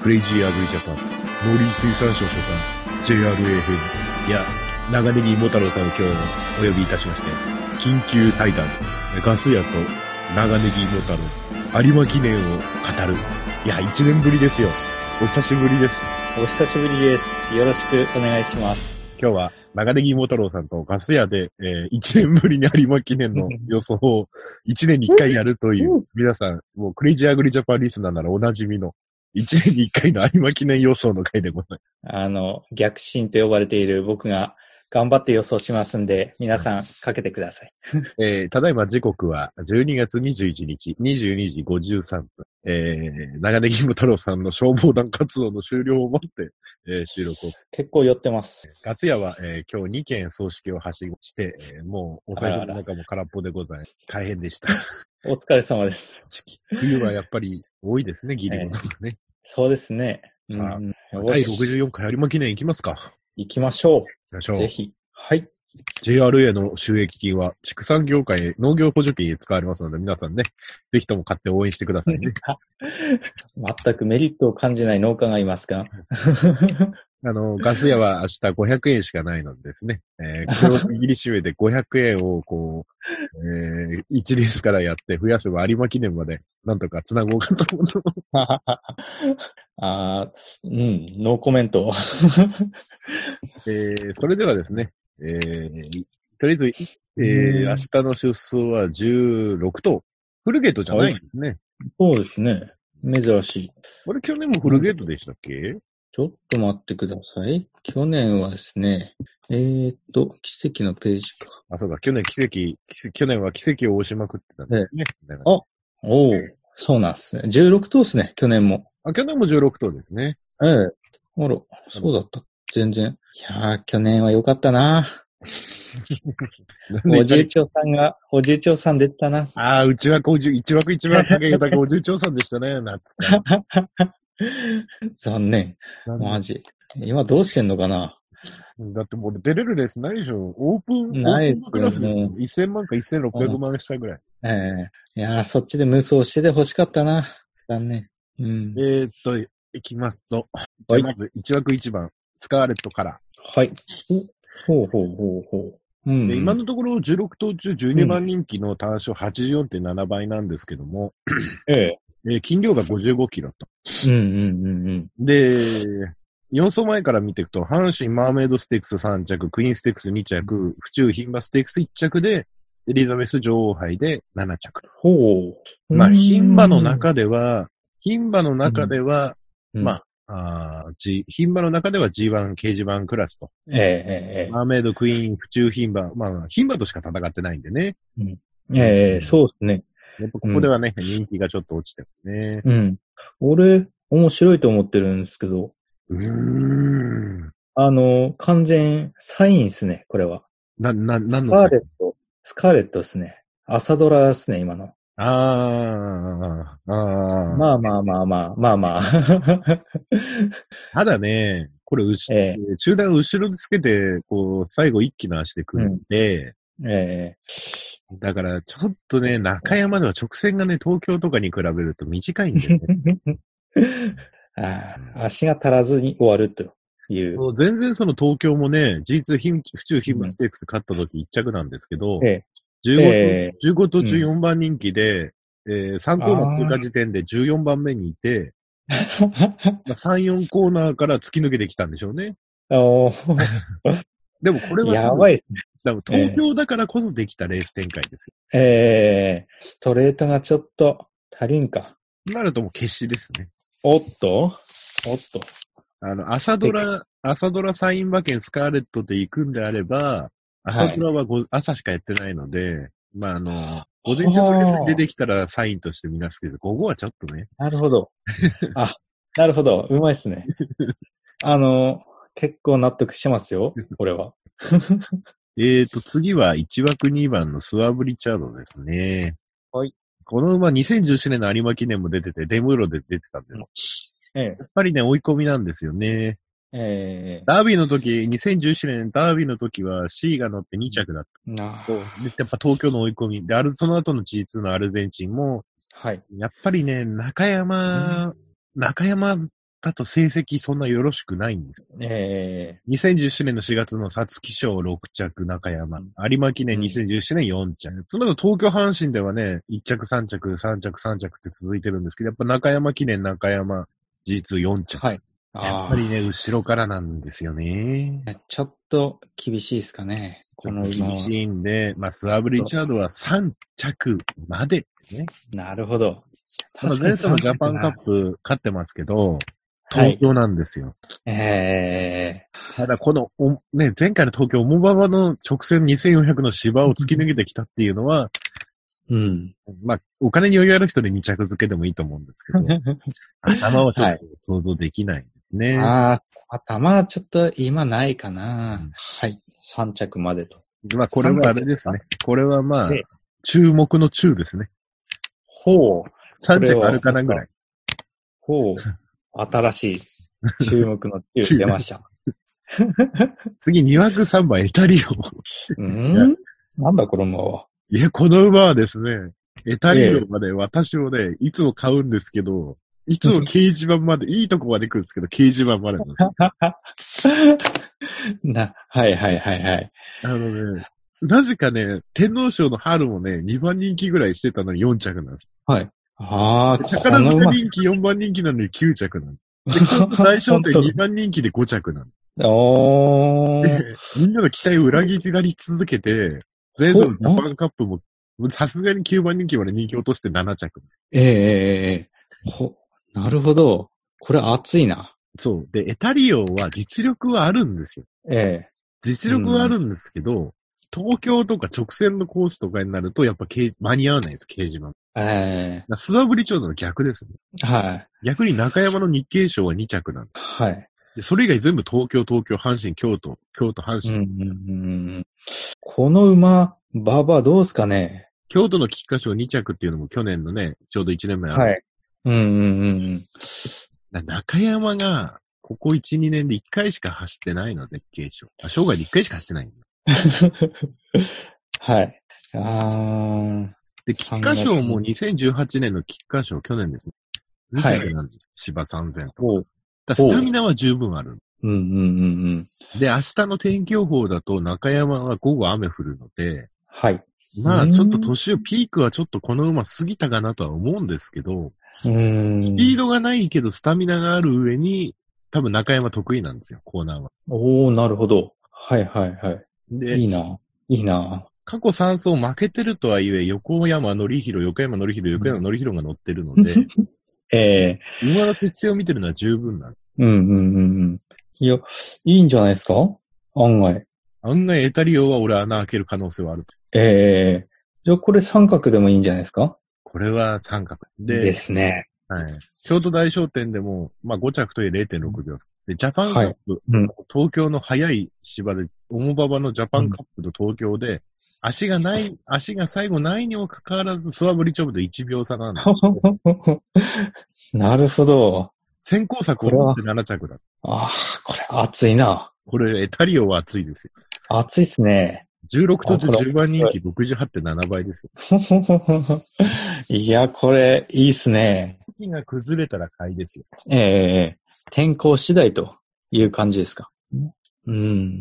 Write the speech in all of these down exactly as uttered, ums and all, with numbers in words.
クレイジーアグリジャパン、農林水産省所管、ジェイアールエー 編、いや、長ネギ芋太郎さんを今日お呼びいたしまして、緊急対談、ガス屋と長ネギ芋太郎、有馬記念を語る。いや、一年ぶりですよ。お久しぶりです。 お久しぶりです。よろしくお願いします。 今日は長ネギ芋太郎さんとガス屋で、えー、一年ぶりに有馬記念の予想を一年に一回やるという、皆さん、もうクレイジーアグリジャパンリスナーならおなじみの、一年に一回の有馬記念予想の回でございます。 あの、逆進と呼ばれている僕が頑張って予想しますんで、皆さんかけてください。 えー、ただいま時刻はじゅうにがつにじゅういちにちにじゅうにじごじゅうさんぷん。えー、長ネギ芋太郎さんの消防団活動の終了をもって、えー、収録を。 結構寄ってます。 ガス屋は、えー、今日にけん葬式をはしごして、えー、もうお財布の中も空っぽでございます。大変でした。 お疲れ様です。 冬はやっぱり多いですね、ギリモトがね、えー。 そうですね。 さあ、うん、だいろくじゅうよんかい有馬記念行きますか。 行きましょう。行きましょう。 ぜひ。はい。 ジェイアールエー の収益金は畜産業界、農業補助金に使われますので、皆さんね、ぜひとも買って応援してくださいね。 全くメリットを感じない農家がいますかあの、ガス屋は明日ごひゃくえんしかないのでですね、えー、これを握りしめてごひゃくえんをこう、えー、いちレースからやって増やせば有馬記念までなんとか繋ごうかと思ってます。 あー、うん、ノーコメント。 えー、それではですね、えー、とりあえず、えー、明日の出走はじゅうろくとう。フルゲートじゃないんですね。はい、 そうですね。珍しい。 あれ、去年もフルゲートでしたっけ？ ちょっと待ってください。去年はですね、えーっと、奇跡のページか。 あ、そうか、去年奇跡、奇去年は奇跡を押しまくってたんですね。 ええ、あ、おー、そうなんですね。じゅうろくとうですね、去年も。 あ、去年もじゅうろくとうですね。 ええ。あら、そうだった。全然。いやー、去年は良かったな。おじいちょうさんが、おじいちょうさん出てたな。 ああ、内枠、一枠一番かけたかおじいちょうさんでしたね、夏か。 残念。マジ。今どうしてんのかな。 だってもう出れるレースないでしょ。オープン、 ないオープンクラスですよ。いっせんまんかせんろっぴゃくまんしたぐらい。 ええー、いやー、そっちで無双してて欲しかったな。残念。うん、 えーっと、いきますと。じゃあまずいち枠いちばん、スカーレットから。 はい。ほうほうほうほう。うんうん、 今のところじゅうろくとう中じゅうにばん人気の単勝はちじゅうよんてんななばいなんですけども、 えええー、斤量がごじゅうごキロと。 うんうんうんうん、 で、よん走前から見ていくと、阪神マーメイドステークスさん着、クイーンステークスに着、府中牝馬ステークスいっ着で、エリザベス女王杯でなな着。 ほう。 まあ、牝馬の中では、牝馬の中では、 うん、 まあ、あG、牝馬の中では ジーワン 掲示板クラスと。 ええええ、 マーメイド、クイーン、府中牝馬、まあ、牝馬としか戦ってないんでね。 うん、ええ、そうですね。 やっぱここではね、うん、人気がちょっと落ちてますね。 うん。俺、面白いと思ってるんですけど。 うーん。 あの、完全サインですね、これは。 な、な、なんのスカーレット。スカーレットですね。朝ドラですね、今の。 ああ、ああ。 まあまあまあまあ、まあまあ。 ただね、これ、えー、集団を後ろでつけて、こう、最後一気の足で来るんで、 うん、えー、だから、ちょっとね、中山では直線がね、東京とかに比べると短いんだよね。 ああ、足が足らずに終わるという。 全然その東京もね、ジーツー 府中牝馬ステークス勝った時一着なんですけど、ええ、じゅうご, えー、じゅうご頭中よんばん人気で、うん、えー、さんコーナー通過時点でじゅうよんばんめにいて、まあ、さん、よんコーナーから突き抜けてきたんでしょうね。 おでもこれはやばい。 東京だからこそできたレース展開ですよ。 ええー、ストレートがちょっと足りんか。 なるともう決死ですね。 おっとおっとあの、朝ドラ、朝ドラサイン馬券スカーレットで行くんであれば、朝ドラはご、はい、朝しかやってないので、まあ、あの、午前中のレースに出てきたらサインとして見なすけど、午後はちょっとね。 なるほど。あ、なるほど。うまいっすね。あの、結構納得してますよ、これは。 えーと、次はいち枠にばんのスワブリチャードですね。 はい。 この馬にせんじゅうななねんの有馬記念も出てて、デムーロで出てたんです。ええ、やっぱりね、追い込みなんですよね。ええ、ダービーの時、にせんじゅうななねんダービーの時は C が乗ってに着だった。なで、やっぱ東京の追い込み。で、ある、その後の ジーツー のアルゼンチンも、はい。やっぱりね、中山、中山スタート成績そんなよろしくないんです。 ええにせんじゅうななねんのしがつの皐月賞ろくちゃく中山。有馬記念にせんじゅうななねんよんちゃく。その後東京阪神ではね、いっちゃくさんちゃく、さんちゃくさんちゃくって続いてるんですけど、やっぱ中山記念中山、実よんちゃく。 はい。 やっぱりね、後ろからなんですよね。 ちょっと厳しいですかね。 ちょっと厳しいんで、まあ、スワブ・リチャードはさんちゃくまでね。 なるほど。 まあ、前走のジャパンカップ勝ってますけど、 はい東京なんですよ。 ええただこのお、ね、前回の東京、重馬場の直線にせんよんひゃくの芝を突き抜けてきたっていうのは、 うん。 まあ、お金に余裕ある人でに着付けでもいいと思うんですけど、頭はちょっと想像できないですね。 ああ、頭はちょっと今ないかな。 うんはい。さん着までと。 まあ、これはあれですね。これはまあで、 注目の中ですね。 ほう。 さん着あるかなぐらい。 ほう。新しい注目の中出ました。 次に枠さんばんエタリオ。 うんなんだこの馬は。 いや、この馬はですね、エタリオまで私もね、いつも買うんですけど、いつも掲示板まで、いいとこまで行くんですけど、掲示板までなんです。 な、はいはいはいはい。 あのね、なぜかね、天皇賞の春もね、にばん人気ぐらいしてたのによん着なんです。 はい。ああ、 宝塚人気よんばん人気なのにきゅう着なんです。で、京都大賞典にばん人気でご着なんです。 おー。 で、みんなの期待を裏切り続けて、前走のジャパンカップも、さすがにきゅうばん人気まで人気落としてなな着。 えええええほ、なるほど。これ熱いな。 そう。で、エタリオは実力はあるんですよ。 ええ実力はあるんですけど、うん、東京とか直線のコースとかになると、やっぱ間に合わないです、掲示板。 ええスワブリチョウの逆ですね。 はい。 逆に中山の日経賞はに着なんです。 はい。 でそれ以外全部東京、東京、阪神、京都、京都、阪神。 うんうんうん、この馬、馬場どうすかね。 京都の菊花賞に着っていうのも去年のね、ちょうどいちねんまえある。 はい。うんうんうんうん。中山が、ここいち、にねんでいっかいしか走ってないの、絶景賞。あ、生涯でいっかいしか走ってないんだ。 はい。あー。 で、菊花賞もにせんじゅうはちねんの菊花賞、去年ですね。に着なんです。芝さんぜんと。だスタミナは十分ある。 うんうんうんうん。 で、明日の天気予報だと中山は午後雨降るので、 はい。 まあ、ちょっと年を、ピークはちょっとこの馬過ぎたかなとは思うんですけど、 うんスピードがないけどスタミナがある上に、多分中山得意なんですよ、コーナーは。 おー、なるほど。はいはいはい。 で、 いいな。いいな。 過去さん走負けてるとはいえ、横山のりひろ、横山のりひろ、横山のりひろが乗ってるので、 ええー、馬の適性を見てるのは十分なんです。 うんうんうんうん。いや、いいんじゃないですか案外。 案外エタリオは俺穴開ける可能性はある。 ええー、じゃあこれ三角でもいいんじゃないですかこれは三角。 で、ですね。 はい。京都大商店でも、まあご着といえ れいてんろくびょう。で、ジャパンカップ、はいうん、東京の速い芝で、重馬場のジャパンカップと東京で、うん、足がない、足が最後ないにもかかわらず、スワブリチョブでいちびょう差なんです。 なるほど。 先行策を取ってなな着だ。 ああ、これ熱いな。 これ、エタリオは熱いですよ。 熱いっすね。 じゅうろくとじゅうばん人気 ろくじゅうはちてんなな 倍ですよ。 いや、これ、いいっすね。 天気が崩れたら買いですよ。 ええー、天候次第という感じですか。うん。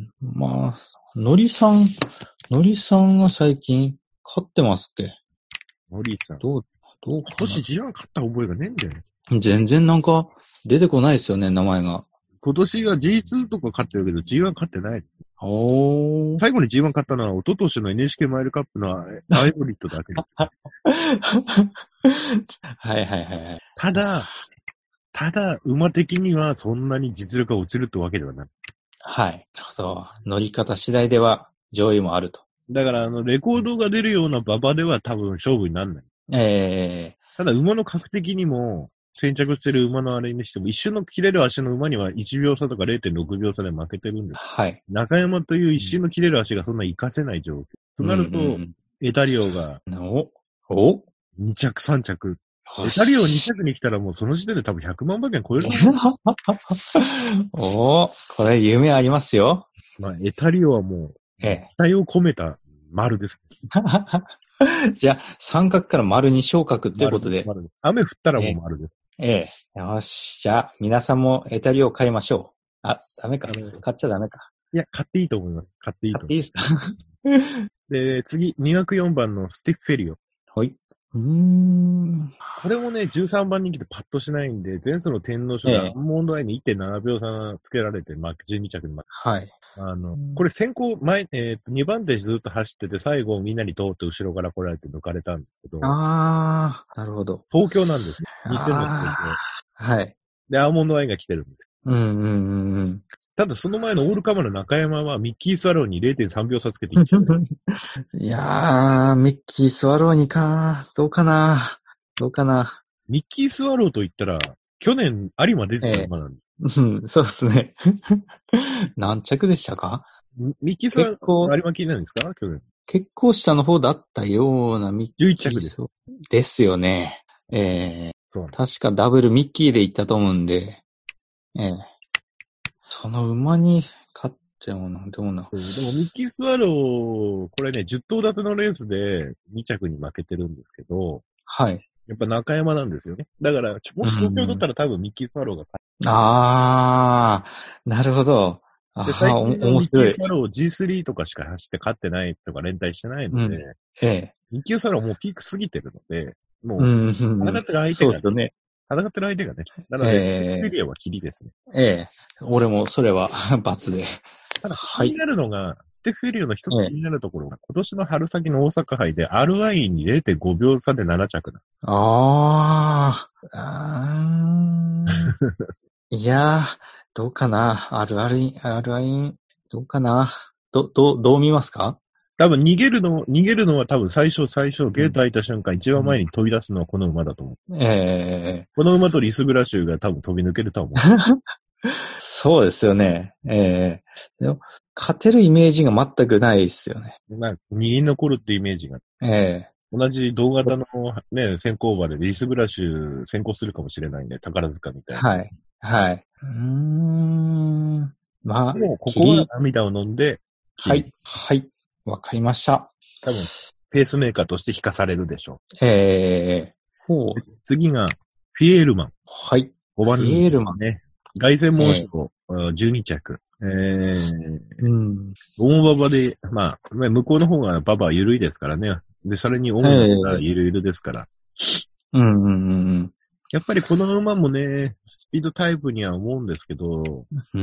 まあ、のりさん、のりさんが最近勝ってますっけ？ のりさん。 どう、どう今年 ジーワン 勝った覚えがねえんだよね。 全然なんか出てこないですよね、名前が。 今年は ジーツー とか勝ってるけど ジーワン 勝ってない。 おー。 最後に ジーワン 勝ったのは、一昨年の エヌエイチケー マイルカップのアイボリットだけです。 はいはいはいはい。 ただ、ただ、馬的にはそんなに実力が落ちるってわけではない。 はい。なるほど。乗り方次第では上位もあると。 だから、あの、レコードが出るような馬場では多分勝負にならない。 ええー。 ただ、馬の格的にも、先着してる馬のあれにしても、一瞬の切れる足の馬にはいちびょう差とか れいてんろくびょう差で負けてるんです。 はい。 中山という一瞬の切れる足がそんな活かせない状況。うん、となると、うんうん、エタリオが、 おおに着さん着。エタリオに着に来たらもうその時点で多分ひゃくまん馬券超える。 おこれ夢ありますよ。 まあ、エタリオはもう、 ええ、 期待を込めた丸です。 じゃあ、三角から丸に昇格っていうことで。 丸です。雨降ったらもう丸です。 ええ。よし。じゃあ、皆さんもエタリを買いましょう。あ、ダメか。買っちゃダメか。 いや、買っていいと思います。買っていいと思い買っていいですか？ ます。で、次、に枠よんばんのスティッフェリオ。 はい。うーん。 これもね、じゅうさんばん人気でパッとしないんで、前走の天皇賞でアええ。 ンモンドアイにいってんななびょう差つけられて、まあ、じゅうに着に負けはい。 あの、これ先行、前、えっと、にばん手ずっと走ってて、最後みんなに通って後ろから来られて抜かれたんですけど、 あー、なるほど。 東京なんですよ。にせんの東あ京。 ー。はい。 で、アーモンドアイが来てるんですよ。 うんうんうんうん。 ただその前のオールカマの中山はミッキースワローに れいてんさんびょう差つけていっちゃう。 いやー、ミッキースワローにかどうかなどうかなミッキースワローと言ったら、去年有馬出てたええ。 馬なんで。 うん、そうですね。何着でしたか？ ミッキースワロ結構、 ー、有馬記念ですか去年。 結構下の方だったようなミッキー。 じゅういち着です。 ですよね。ええ。 そう。 確かダブルミッキーで行ったと思うんで、ええ。その馬に勝ってもな、どうな。 そうでもミッキースワロー、これね、じゅっ頭立てのレースでに着に負けてるんですけど、 はい。 やっぱ中山なんですよね。だから、もし東京だったら多分ミッキースワローが勝あー、なるほど。 で、 あー、お、 最近のミッキ面白い。 ースワロー ジースリー とかしか走って勝ってないとか連帯してないので、 うん。ええ。 ミッキースワローもうピーク過ぎてるので、もう、 うん、うん。 戦ってる相手がね、 そうですよね。 戦ってる相手がね、なので、ステップエリアは霧ですね。 ええ。俺もそれは罰で。 ただ気はい。 になるのが、ステッフエリアの一つええ。 気になるところが、今年の春先の大阪杯で アールアイ に れいてんごびょう差でなな着だ。 あー、あー。いやー、どうかな。あるあるい、あるあい、どうかな。ど、どう、どう見ますか？ 多分逃げるの、逃げるのは多分最初最初、ゲート開いた瞬間、一番前に飛び出すのはこの馬だと思う。 ええこの馬とリスグラシュが多分飛び抜けると思う。 そうですよね。ええでも勝てるイメージが全くないですよね。 まあ、逃げ残るってイメージが。 ええ同じ同型のね、先行馬でリスグラシュ先行するかもしれないね。宝塚みたいな。 はい。はい。うーん。まあ、 もうここは涙を飲んで、 はい。はい。わかりました。 多分、ペースメーカーとして引かされるでしょええほう。 う。次が、フィエールマン。 はい。 ごばん人気ですね。凱旋門賞、じゅうに着。えー、 うん。 大馬場で、まあ、向こうの方が馬場は緩いですからね。で、それに大野がゆるゆるですから。 うんうんうんやっぱりこの馬もね、スピードタイプには思うんですけど、 うん。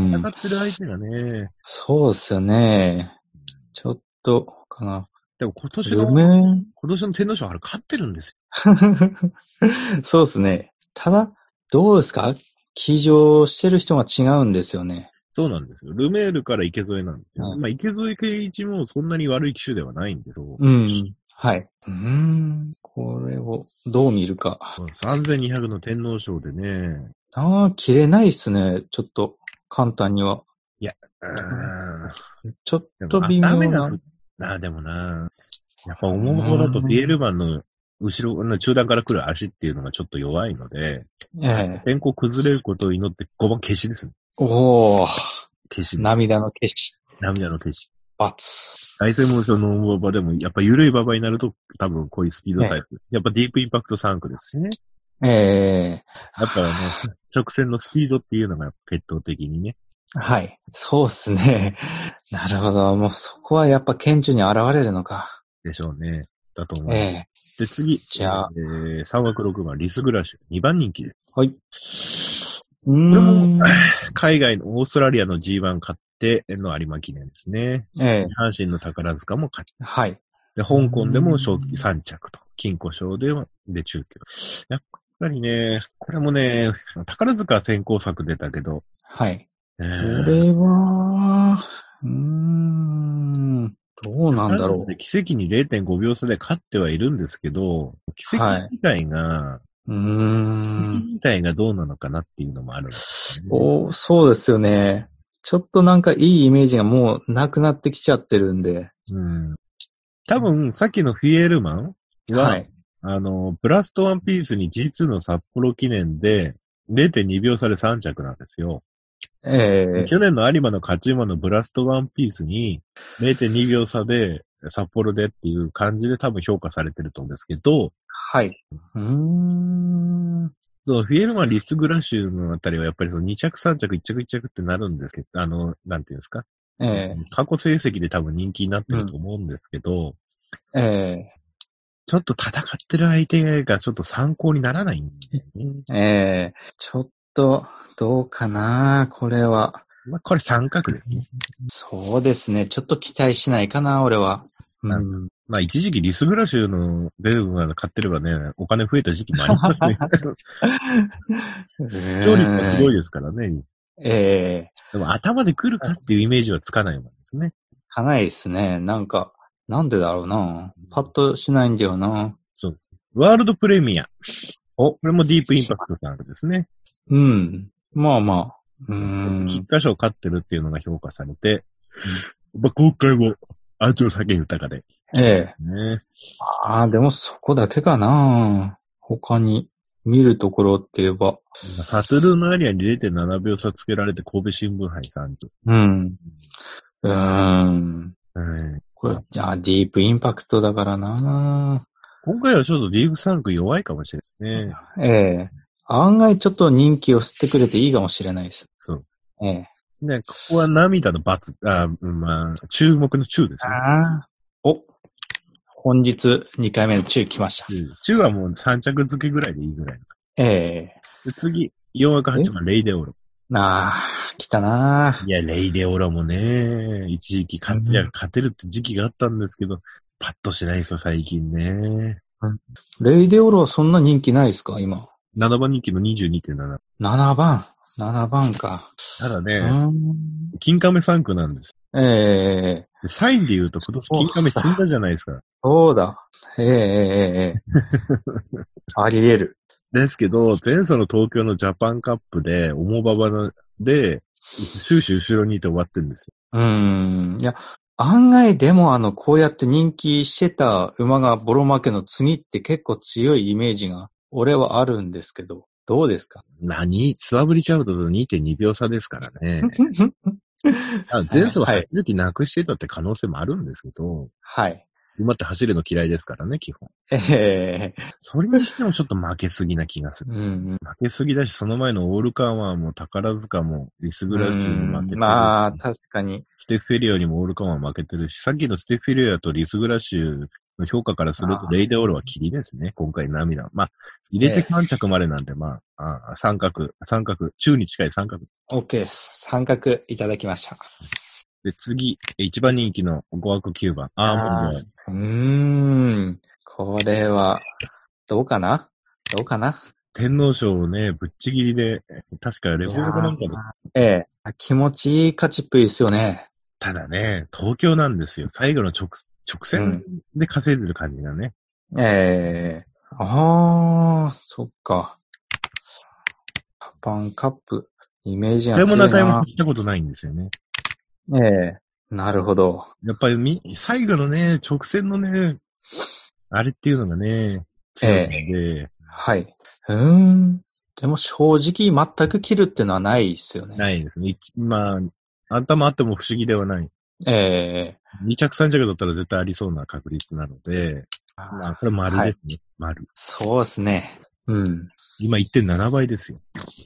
戦ってる相手がね、 そうですよね。ちょっと、かな。 でも今年の、 ルメン今年の天皇賞あれ勝ってるんですよ。そうですね。ただ、どうですか？騎乗してる人が違うんですよね。 そうなんですよ。ルメールから池添なんですよ。 はい、 まあ、池添圭一もそんなに悪い騎手ではないんですよ。 うん。はい。うーん。これをどう見るか。 さんぜんにひゃくの天皇賞でね。 ああ、切れないっすね。ちょっと、簡単には。 いや、うーん。 ちょっと微あ、雨妙な。 が降っあ、でもな。やっぱ重々だとフィエルマンの後ろの中段から来る足っていうのがちょっと弱いので、 ええ。 天候崩れることを祈ってごばん消しですね。 おー。 消しです。 涙の消し。 涙の消し。 罰。 凱旋門賞の馬場でも、やっぱ緩い馬場になると、多分こういうスピードタイプ。やっぱディープインパクトさん区ですしね。 ええやっぱあの、直線のスピードっていうのが決闘的にね。 はい。そうっすね。なるほど。もうそこはやっぱ顕著に現れるのか。 でしょうね。だと思います。 ええで、次。 じゃあ、 えー、さん枠ろくばん、リスグラッシュ。にばん人気です。 はい。うこれも、 ーん。 海外のオーストラリアの ジーワン 勝っての有馬記念ですね。 ええ阪神の宝塚も勝って。 はい。 で、香港でも賞さん着と。金庫賞で、で中継。やっぱりね、これもね、宝塚は先行作出たけど。 はい。 えこー、 れは、うーん、どうなんだろう。 奇跡に れいてんごびょう差で勝ってはいるんですけど、奇跡自体が、 うー奇跡ん。 自体がどうなのかなっていうのもあるんですよね。 お、そうですよね。ちょっとなんかいいイメージがもうなくなってきちゃってるんで。 うん。多分、さっきのフィエールマンは、 はい。 あの、ブラストワンピースに ジーツー の札幌記念で れいてんにびょう差でさん着なんですよ。 ええ去年の有馬の勝ち馬のブラストワンピースに れいてんにびょう差で札幌でっていう感じで多分評価されてると思うんですけど、 はい。うーん。 そう、フィエルマン・リスグラッシュのあたりはやっぱりそのに着さん着いっ着いっ着ってなるんですけど、あの、なんていうんですか。 ええ過去成績で多分人気になってると思うんですけど、 ええちょっと戦ってる相手がちょっと参考にならないんでね。 ええちょっと、どうかな、これは。 まあ、これ三角ですね。 そうですね。ちょっと期待しないかな、俺は。うん。 まあ、一時期リスグラッシュのベルが買ってればね、お金増えた時期もありますね。視聴率はすごいですからね。 ええでも頭で来るかっていうイメージはつかないもんですね。 かないですね。なんか、なんでだろうな。パッとしないんだよな。 そうです。ワールドプレミア。 お、 これもディープインパクトさんですね。 うん。まあまあ。うーん。 菊花賞を勝ってるっていうのが評価されて、まあ、今回も味を酒豊かで。 ええ。 ね。 ああ、でもそこだけかな。他に見るところって言えば。 サトゥルーのアリアに れいてんなな 秒差つけられて神戸新聞杯さんと。 うん。うーん。 はい、 これ、じゃあ、ディープインパクトだからな。 今回はちょっとリーグさん区弱いかもしれないですね。 ええ。案外ちょっと人気を吸ってくれていいかもしれないです。 そう。 ええ。 ね、ここは涙の罰、あ、まあ、注目の中ですね。 ああ。お、本日にかいめの中来ました。 中はもうさん着付けぐらいでいいぐらい。 ええ。 で次、よん枠はちばん、レイデオロ。 ああ、来たないや、レイデオロもね、一時期勝て、うん、勝てるって時期があったんですけど、パッとしないですよ、最近ね。 レイデオロはそんな人気ないですか、今。 ななばん人気の にじゅうにてんなな。 ななばん。ななばんか。 ただね、金亀さん区なんです。 ええー。サインで言うと今年金亀死んだじゃないですか。 そうだ。ええええええあり得る。 ですけど、前走の東京のジャパンカップで、重馬場で、終始後ろにいて終わってるんですよ。 うーん。いや、案外でもあの、こうやって人気してた馬がボロ負けの次って結構強いイメージが、俺はあるんですけど、どうですか？ 何スワブリチャウドと にてんに 秒差ですからね。前走は走る気なくしてたって可能性もあるんですけど、 はい。 馬って走るの嫌いですからね、基本。 ええー。 それにしてもちょっと負けすぎな気がする。 うんうん、 負けすぎだし、その前のオールカーワーも宝塚もリスグラッシュに負けてる。 まあ、確かに。 ステフェリアにもオールカーワー負けてるし、さっきのステフェリアとリスグラッシュの評価からすると、レイデオールは霧ですね、今回涙。まあ、入れてさん着までなんで、まあ、あ三角、三角、中に近い三角。 OK です。三角いただきました。 で、次、一番人気のご枠きゅうばん、アーモンドアイ。 うーん。これは、どうかなどうかな天皇賞をね、ぶっちぎりで、確かレコードなんかで。ええ。気持ちいい勝ちっぷりですよね。 ただね、東京なんですよ。最後の直、直線で稼いでる感じがね。 うん、ええー。ああ、そっか。ジャパンカップ、イメージが強いな。 これも中山聞いたことないんですよね。 ええー。なるほど。 やっぱりみ、最後のね、直線のね、あれっていうのがね、強いんで。 ええ、はい。うーん。でも正直全く切るってのはないですよね。 ないですね。まあ、頭あっても不思議ではない。 ええー。に着さん着だったら絶対ありそうな確率なので、あまあ、これ丸ですね。はい、丸。 そうですね。うん。 今 いってんなな 倍ですよ。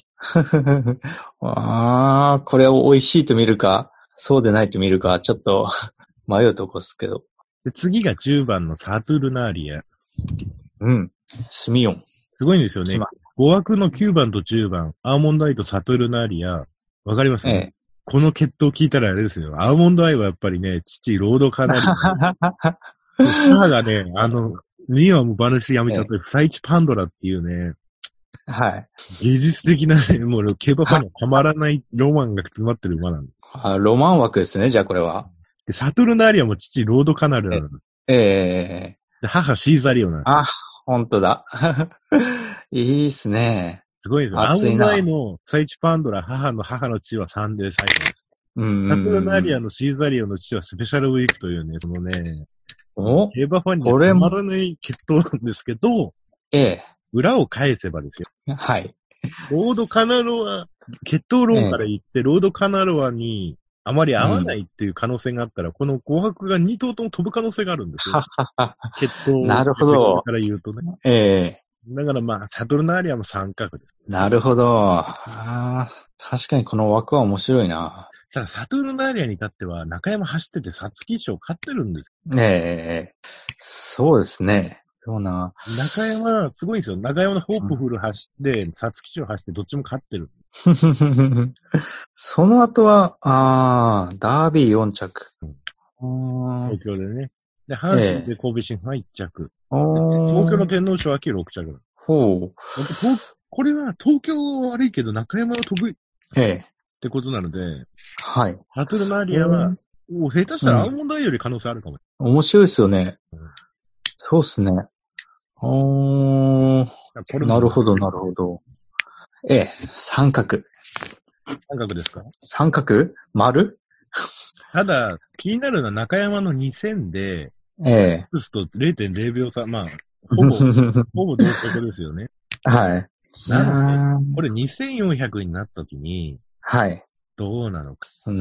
ああ、これを美味しいと見るか、そうでないと見るか、ちょっと迷うとこっすけど。 で次がじゅうばんのサトゥルナーリア。 うん。スミヨン。 すごいんですよね。ご枠のきゅうばんとじゅうばん、アーモンドアイとサトゥルナーリア。わかりますね、ええ、この決闘聞いたらあれですよ。アーモンドアイはやっぱりね、父、ロードカナリア。母がね、あの、ミワもバルシやめちゃって、不採地パンドラっていうね、 はい。 芸術的なね、もう競馬ファンにはたまらないロマンが詰まってる馬なんです。 あ、ロマン枠ですね、じゃあこれは。 でサトゥルナーリアも父、ロードカナリアなんです。 ええー、で母、シーザリオなんです。 あ、ほんとだ。いいっすね。 すごいですよ。アーモンドアイの不採地パンドラ、母の母の血はサンデーサイドです。 うんサトゥルナーリアのシーザリオの父はスペシャルウィークというね、そのね、 お競馬ファンにはたまらない決闘なんですけど、 ええ。 裏を返せばですよ。 はい。 ロードカナロア、決闘論から言って、ええ、ロードカナロアにあまり合わないっていう可能性があったら、うん、このご枠がに頭とも飛ぶ可能性があるんですよ。決闘なるほど。 から言うとね。 ええだからまあ、サトルナーリアも三角です。 なるほど。ああ、確かにこの枠は面白いな。 ただ、サトルナーリアに至っては、中山走ってて、皐月賞勝ってるんです。 ええ、そうですね。そうな。 中山、すごいんですよ。中山のホープフル走って、皐月賞走って、どっちも勝ってる。 その後は、ああ、ダービーよん着。 うん、東京でね。で、阪神で神戸新聞はいっ着。 ええ、 東京の天皇賞秋ろく着。 ほう。 これは東京は悪いけど中山は得意っええ。 てことなので、 はい。 サトルナーリアは、お下手したらアーモンドアイより可能性あるかも。 うん、面白いですよね。うん、そうっすね。おー。なるほど、なるほど。ええ、三角。 三角ですか？ 三角？丸？ ただ、気になるのは中山のに戦で、 ええ。 X と れいてんれい 秒差、まあ、ほぼ、ほぼ同速ですよね。 はい。 なので、これにせんよんひゃくになった時に、 はい。 どうなのか。 うん。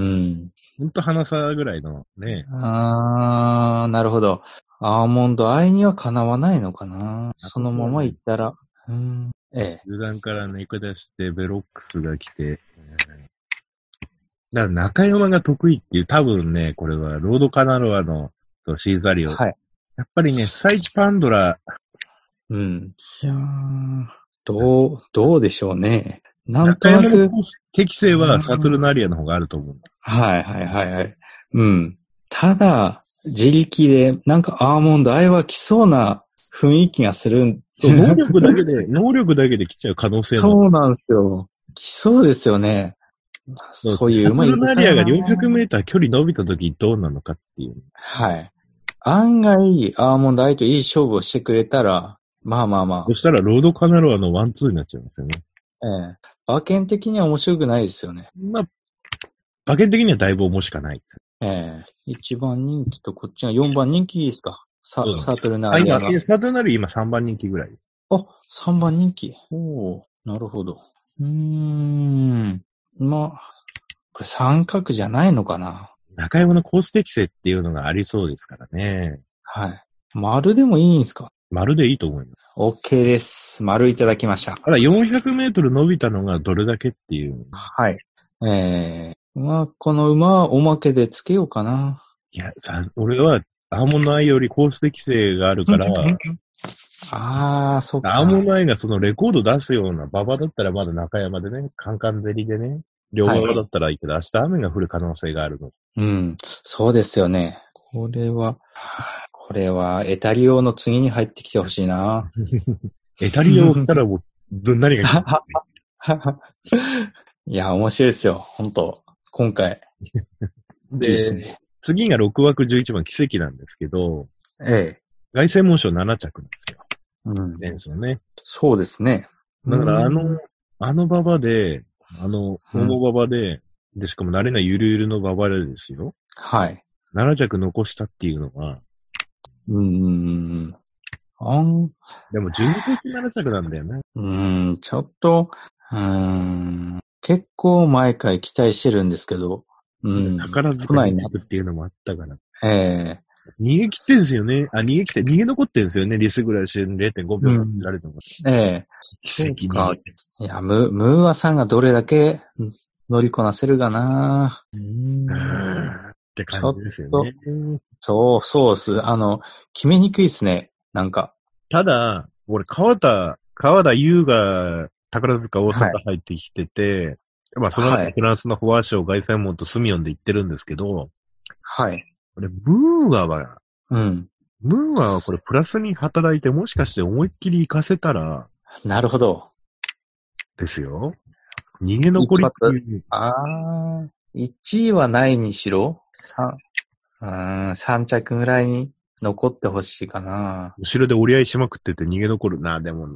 ほんと鼻差ぐらいのね。 あー、なるほど。アーモンドアイにはかなわないのかな。そのまま行ったら。うん。ええ。 中段から抜け出して、ベロックスが来て、だから中山が得意っていう、多分ね、これはロードカナロアのとシーザリオ。はい。やっぱりね、サイチパンドラ。 うん。いやー、どう、どうでしょうね。なんとなく。 中山の適性はサトルナリアの方があると思う。 はいはいはいはい。うん。ただ、自力で、なんかアーモンドアイは来そうな雰囲気がする。 そう、能力だけで、能力だけで来ちゃう可能性も。 そうなんですよ。来そうですよね。そういう馬。サトルナリアがよんひゃくメーター距離伸びた時どうなのかっていう。 はい。案外、アーモンドアイといい勝負をしてくれたら、まあまあまあ。 そしたらロードカナロアのワンツーになっちゃいますよね。 ええ。馬券的には面白くないですよね。 まあ、馬券的にはだいぶ面白くないです。 ええ。一番人気とこっちがよんばん人気ですか。ササトルナリアが。 あ、今、サトルナリア今さんばん人気ぐらいです。 あ、さんばん人気。おー、なるほど。うーん。まあ、これ三角じゃないのかな。 中山のコース適性っていうのがありそうですからね。 はい。丸でもいいんですか？ 丸でいいと思います。 OK です。丸いただきました。 ただよんひゃくメートル伸びたのがどれだけっていう。 はい。えー、まあ、この馬はおまけでつけようかな。 いや、さ、俺はアーモンドアイよりコース適性があるから、 ああ、そっか。 アーモンドアイがそのレコード出すような馬場だったらまだ中山でね、カンカン照りでね、両側だったらいいけど、はい、明日雨が降る可能性があるの。 うん、そうですよね。これは、これはエタリオの次に入ってきてほしいな。 エタリオを来たらもう、何が来るいや、面白いですよ。本当今回。 で、いいですね、次がろくわくじゅういちばん奇跡なんですけど、 ええ。 凱旋門賞なな着なんですよ。 うん。 ですよね。 そうですね。 だからあの、あの馬場で、あの、重馬場で、で、しかも慣れないゆるゆるの馬場でですよ。 はい。 なな着残したっていうのは、 うーん。あん。 でもじゅうにこうちなな着なんだよね。 うーん、ちょっと、うーん、結構毎回期待してるんですけど、 うん。宝塚に行くっていうのもあったから。 ええー。逃げ切ってんすよね。あ、逃げ切って、逃げ残ってんすよね。リスぐらいして れいてんごびょう差つけられてます。 ええ奇跡に。 いや、ム、ムーアさんがどれだけ乗りこなせるかな。 うーん。って感じですよね。 そう、そうっす。あの、決めにくいっすね。なんか。 ただ、俺、川田、川田優が宝塚大阪入ってきてて、はい、まあ、その後フランスのフォア賞、凱旋門とスミオンで行ってるんですけど、 はい。 これ、ムーアは、 うん。 ムーアはこれプラスに働いて、もしかして思いっきり行かせたら、 なるほど。 ですよ。逃げ残りっていう。 ああ、いちいはないにしろ、さん、さん着ぐらいに残ってほしいかな。 後ろで折り合いしまくってて逃げ残るな、でもな。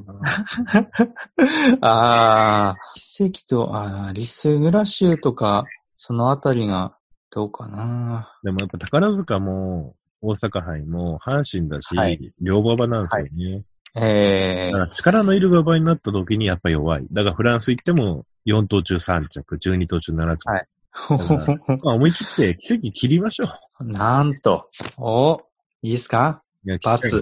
ああ、奇跡と、ああ、リスグラシュとか、そのあたりが、どうかな。 でもやっぱ宝塚も、大阪杯も、阪神だし、はい、両馬場なんですよね。 はい、ええー。 だから力のいる馬場になった時にやっぱ弱い。だからフランス行っても、よん頭中さん着、じゅうに頭中なな着。はい。まあ思い切って奇跡切りましょう。 なんと。お、いいですか？ いや、 バツ。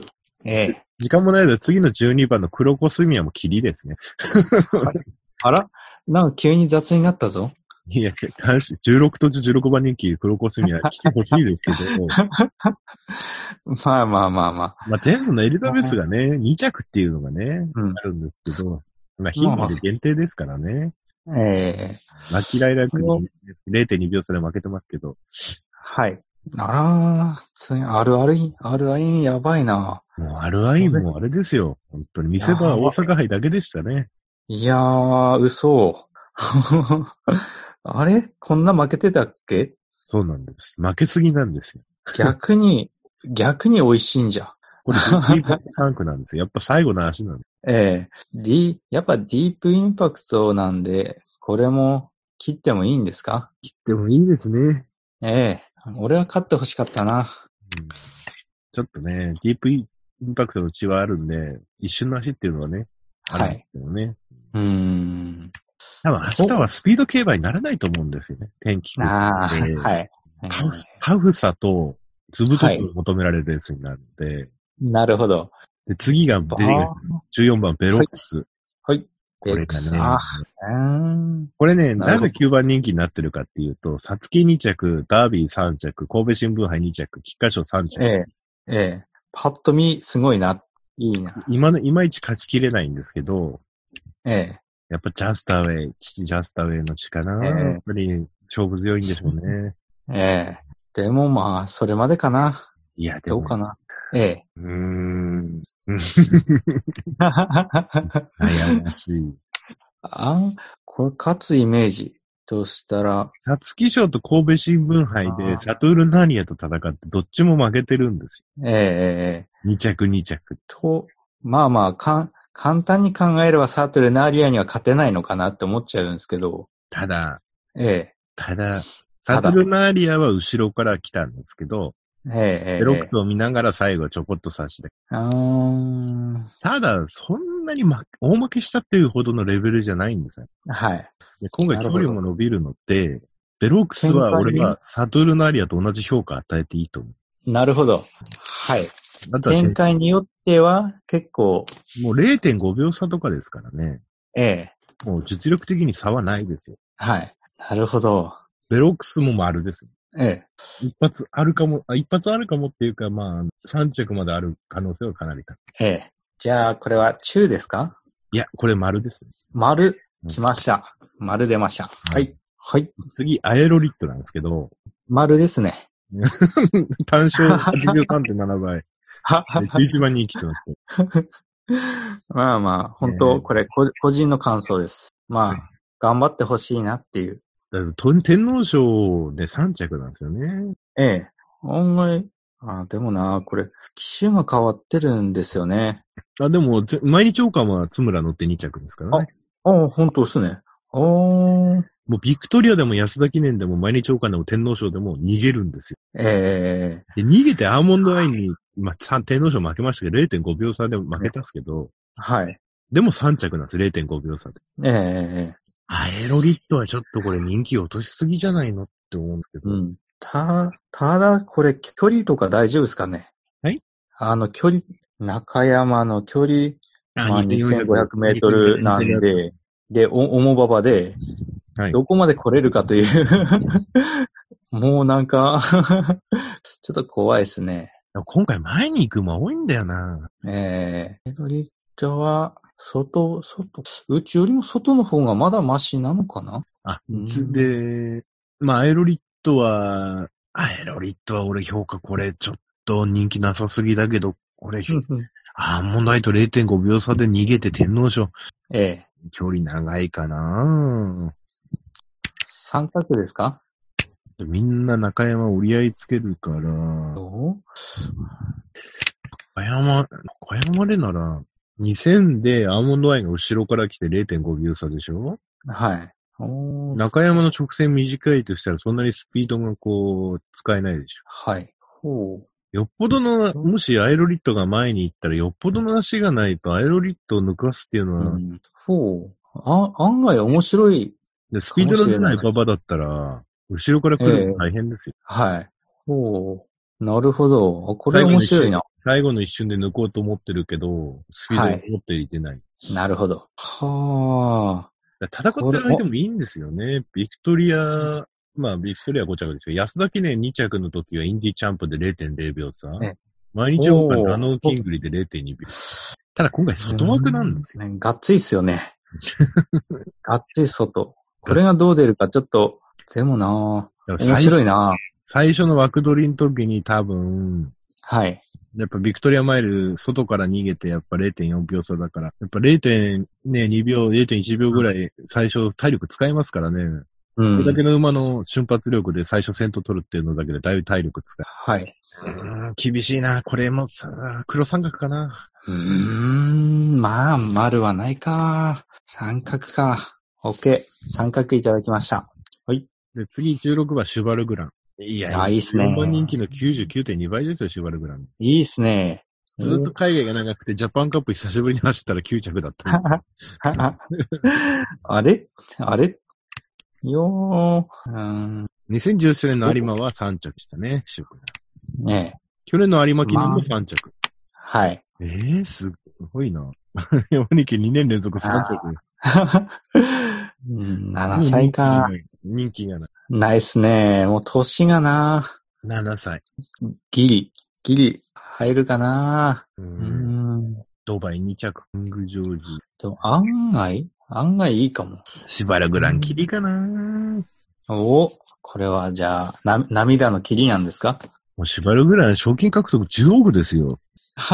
ええ。 時間もないので、次のじゅうにばんの黒コスミアもキリですね。 あらなんか急に雑になったぞ。 いや、じゅうろくとじゅうろくばん人気黒コスミア来てほしいですけど、 まあまあまあまあ。 まあ、前走のエリザベスがね、に着っていうのがね、 うん。 あるんですけど、まあ、頻度で限定ですからね。 ええ。 ラッキーライラックこに れいてんにびょう差で負けてますけど、 はい。あらー、つい、あるあるい、あるあいやばいな。 もうアルアインもあれですよ。本当に見せ場は大阪杯だけでしたね。 いやー、嘘。あれこんな負けてたっけ？ そうなんです。負けすぎなんですよ。 逆に、逆に美味しいんじゃ。 これディープインパクトさん区なんですよ。やっぱ最後の足なんです。 ええ。D、やっぱディープインパクトなんで、これも切ってもいいんですか？ でもいいですね。 ええ。俺は勝って欲しかったな。 うん、ちょっとね、ディープインパクトの血はあるんで、一瞬の足っていうのはね、あるんですけどね。 うーん。 多分明日はスピード競馬にならないと思うんですよね。天気ああ、 で、 はい。 タフタフさと図太さはい。 を求められるレースになるので、 なるほど。 で次が出てくるじゅうよんばんベロックス。 はい。 これがね、 あうーん。 これね、 なるほどなぜきゅうばん人気になってるかっていうと、サツキに着、ダービーさん着、神戸新聞杯に着、菊花賞さん着。 ええ、ええ。パッと見、すごいな。いいな。 今の、いまいち勝ちきれないんですけど、 ええ、 やっぱジャスタウェイ、父ジャスタウェイの血かな、 ええやっぱり勝負強いんでしょうね。 ええ。でもまあ、それまでかな。 いや、でも、 どうかな。ええ。 うーん。悩ましい。 あん、これ勝つイメージとしたら、 サツキ賞と神戸新聞杯でサトゥールナーリアと戦ってどっちも負けてるんですよ。 ええ、ええ。 に着に着。 と、まあまあ、かん、簡単に考えればサートルナーリアには勝てないのかなって思っちゃうんですけど、 ただ、 ええ。 ただ、 ただサトゥルナーリアは後ろから来たんですけど、 ええ、ええ。 ベロックスを見ながら最後ちょこっと差して。 あーん。 ただ、そんなに、ま、大負けしたっていうほどのレベルじゃないんですよ。 はい。 で今回距なるほど離も伸びるので、ベロックスは俺はサトゥルナーリアと同じ評価与えていいと思う。 なるほど。はい。 あとは展開によっては結構、 もう れいてんごびょう差とかですからね。 ええ。 もう実力的に差はないですよ。 はい。なるほど。 ベロックスも丸ですよ。 ええ。 一発あるかも、あ、一発あるかもっていうか、まあ、さん着まである可能性はかなり高い。 ええ。じゃあ、これは中ですか？ いや、これ丸ですね。 丸、来ました。丸出ました。はい。はい。 次、アエロリットなんですけど、 丸ですね。 単勝 はちじゅうさんてんなな 倍。 ははきゅうじゅうばん人気となって。 まあまあ、本当これ、こ個人の感想です。まあ、頑張ってほしいなっていう。 だからと天皇賞でさん着なんですよね。 ええ。案外、あ、でもな、これ、機種が変わってるんですよね。 あ、でも、ぜ毎日王冠は津村乗ってに着ですからね。 ああ、本当ですね。あー。 もうビクトリアでも安田記念でも毎日王冠でも天皇賞でも逃げるんですよ。 ええで、逃げてアーモンドアイに、まあ、さん天皇賞負けましたけど、れいてんごびょう差で負けたんですけど、 はい。 でもさん着なんです、れいてんごびょう差で。 ええアエロリットはちょっとこれ人気落としすぎじゃないのって思うんですけど。 うん。た、ただ、これ、距離とか大丈夫ですかね？ はいあの、距離、中山の距離、まあ、にせんごひゃくメートルなんにせんで、で、お、重馬場で、 はい。 どこまで来れるかというもうなんかちょっと怖いですね。 今回前に行く馬多いんだよな。 ええー、エドリットは、外、外、うちよりも外の方がまだマシなのかな？ あ、 うんつで、まあ、アエロリットは、アエロリットは俺評価これちょっと人気なさすぎだけど、これ、アーモンドアイと れいてんごびょう差で逃げて天皇賞。 ええ。 距離長いかな。 三角ですか？ みんな中山折り合いつけるから、 どう中山、中山でなら、にせんでアーモンドアイが後ろから来て れいてんごびょう差でしょ？ はい。おー中山の直線短いとしたらそんなにスピードがこう、使えないでしょ。 はい。ほう。 よっぽどの、もしアエロリットが前に行ったらよっぽどの足がないとアエロリットを抜かすっていうのは、 うん、ほう。あ、案外面白い。 でスピードの出ない馬場だったら、後ろから来るの大変ですよ。 はい。ほう。 なるほど。これ面白いな。 最後の一瞬で抜こうと思ってるけど、スピードが思っていてない。はい、 なるほど。はあ。戦ってる相手もいいんですよね。ビクトリア、まあ、ビクトリアご着ですよ。安田記念に着の時はインディチャンプで れいてんれい 秒差。ね、毎日王冠ダノーキングリで れいてんに 秒。ただ今回外枠なんですよ。 ね、がっついっすよね。がっつい外。これがどう出るかちょっと、でもなぁ。面白いなぁ。 最初の枠取りの時に多分、 はい。 やっぱビクトリアマイル、外から逃げてやっぱ れいてんよん 秒差だから、やっぱ れいてんに 秒、れいてんいち 秒ぐらい最初体力使いますからね。うん。これだけの馬の瞬発力で最初先頭取るっていうのだけでだいぶ体力使う。 はい。 うーん、厳しいな。これもさ、黒三角かな。 うーん、まあ、丸はないか。三角か。OK。三角いただきました。はい。 で、次じゅうろくばんシュバルグラン。いや、いいっすね。よんばん人気の きゅうじゅうきゅうてんに 倍ですよ、シュバルグラン。 いいっすね。 ずっと海外が長くて、ジャパンカップ久しぶりに走ったらきゅう着だった。 あれあれよー。うん、 にせんじゅうななねんの有馬はさん着したね、シュバルグラン。ねえ。 去年の有馬記念もさん着。まあ、はい。 えー、すごいな。山根家にねん連続さん着。 うん、ななさいか。 人気がない。 ないっすね。もう年がな。 ななさい。 ギリ、ギリ、入るかな。 うーん。ドバイに着、キングジョージ。 でも案外案外いいかも。 シュバルグランキリかな。 お、これはじゃあ、な、涙のキリなんですか？ もうシュバルグラン賞金獲得じゅうおくですよ。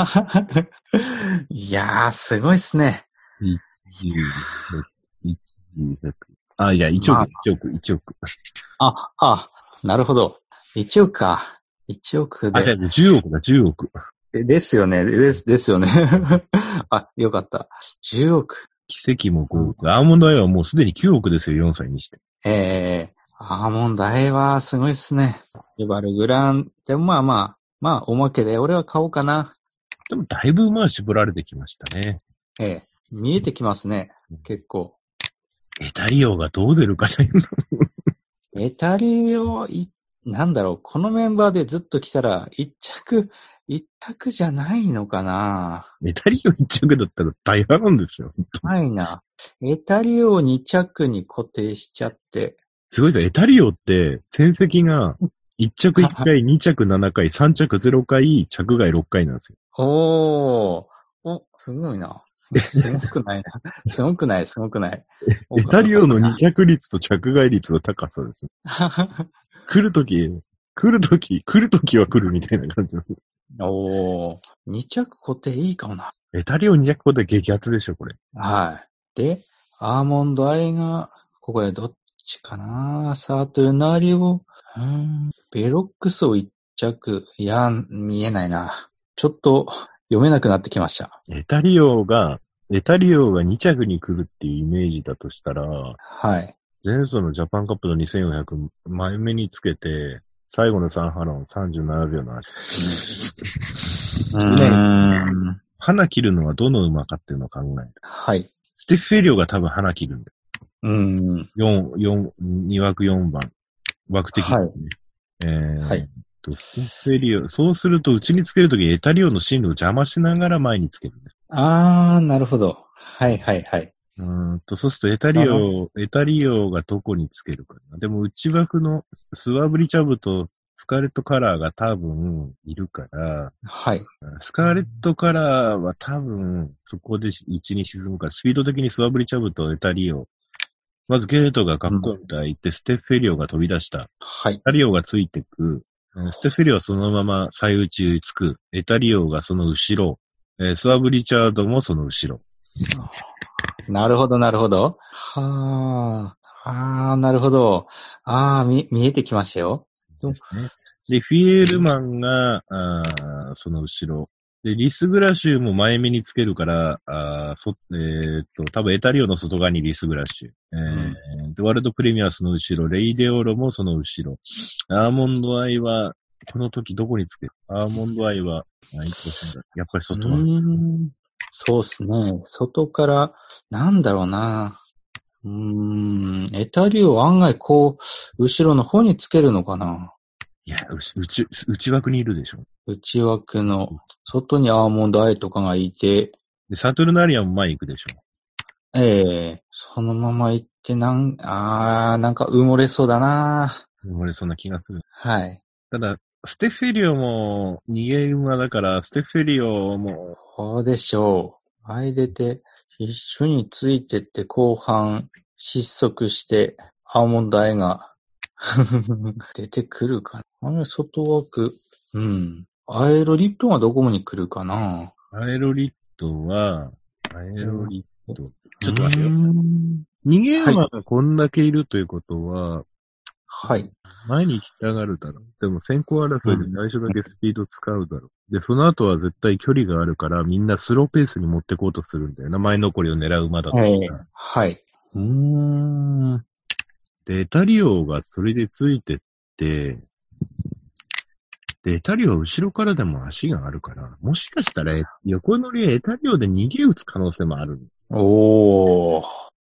いやー、すごいっすね。 いち、いち、あ、いや、いちおく、まあ、いちおく、いちおく。 あ、あ、なるほど。いちおくか。いちおくで。 あ、じゃあじゅうおくだ、じゅうおく。 ですよね。です、ですよね。あ、よかった。じゅうおく。 奇跡もごおく。アーモンドアイはもうすでにきゅうおくですよ、よんさいにして。 ええー、アーモンドアイはすごいっすね。シュバルグラン。でもまあまあ、まあ、おまけで俺は買おうかな。 でもだいぶ馬は絞られてきましたね。 ええ、見えてきますね。結構。 エタリオがどう出るかね。 エタリオ、い、なんだろう、このメンバーでずっと来たら、一着、一択じゃないのかな。 エタリオ一着だったら大波乱ですよ。 ないな。エタリオを二着に固定しちゃって。 すごいですよ。エタリオって戦績が一着一回、二着七回、三着ゼロ回、着外六回なんですよ。 おー。お、すごいな。すごくないな。すごくない、すごくない。 エタリオの二着率と着外率の高さです。来るとき、来るとき、来るときは来るみたいな感じ。 おー。二着固定いいかもな。 エタリオ二着固定激アツでしょ、これ。 はい。で、アーモンドアイが、ここでどっちかな。サートルナリオ、うーん、ベロックスを一着。いや、見えないな。ちょっと読めなくなってきました。 エタリオが、エタリオが二着に来るっていうイメージだとしたら、 はい。 前走のジャパンカップのにせんよんひゃく前目につけて、最後のサンハロンさんじゅうななびょうの足。 うーん。 花切るのはどの馬かっていうのを考える。 はい。 ステッフェリオが多分花切るんだよ。 うーん。 よん、よん、に枠よんばん。枠的に、ね。はい。えー、はい。ステッフェリオ。そうすると、内につけるとき、エタリオの進路を邪魔しながら前につけるんです。 あー、なるほど。はいはいはい。 うーんと、そうすると、エタリオ、エタリオがどこにつけるかな。でも、内枠のスワブリチャブとスカーレットカラーが多分いるから、 はい。 スカーレットカラーは多分そこで内に沈むから、スピード的にスワブリチャブとエタリオ。まずゲートがガットンと開いて、うん、ステッフェリオが飛び出した。 はい。 エタリオがついてく。ステッフェリオはそのまま最内につく。エタリオがその後ろ。えー、スワブリチャードもその後ろ。 なるほど、なるほど。はあ。ああ、なるほど。ああ、見、見えてきましたよ。 ですね。で、フィエールマンが、あその後ろ。で、リスグラシュも前目につけるから、あそえー、っと、多分エタリオの外側にリスグラシュ。えーうん、で、ワールドプレミアはその後ろ。レイデオロもその後ろ。アーモンドアイは、この時どこにつける？アーモンドアイは、あやっぱり外側。 うーん、そうですね。外から、なんだろうな。うーん、エタリオ案外こう、後ろの方につけるのかな。 いや、うち、うち、内枠にいるでしょ。 内枠の外にアーモンドアイとかがいて、 で、サトルナリアも前行くでしょ。 ええそのまま行ってなん、あー、なんか埋もれそうだな。 俺そんな気がする。 はい。 ただ、ステフェリオも逃げ馬だから、ステフェリオも、 そうでしょう。前出て、一緒についてって後半失速して、アーモンドアイが出てくるかな。あれ、外枠。うん。アエロリットがどこに来るかな。 アエロリットは、アエロリット。ちょっとうー待ってよ。 ん逃げはい。 馬がこんだけいるということは、 はい。 前に行きたがるだろう。でも先行争いでうん最初だけスピード使うだろう。で、その後は絶対距離があるから、みんなスローペースに持ってこうとするんだよな。前残りを狙う馬だとええしたら。 はい。うーん。 で、エタリオがそれでついてって、で、エタリオは後ろからでも足があるから、もしかしたら横乗りエタリオで逃げ打つ可能性もある。 おー。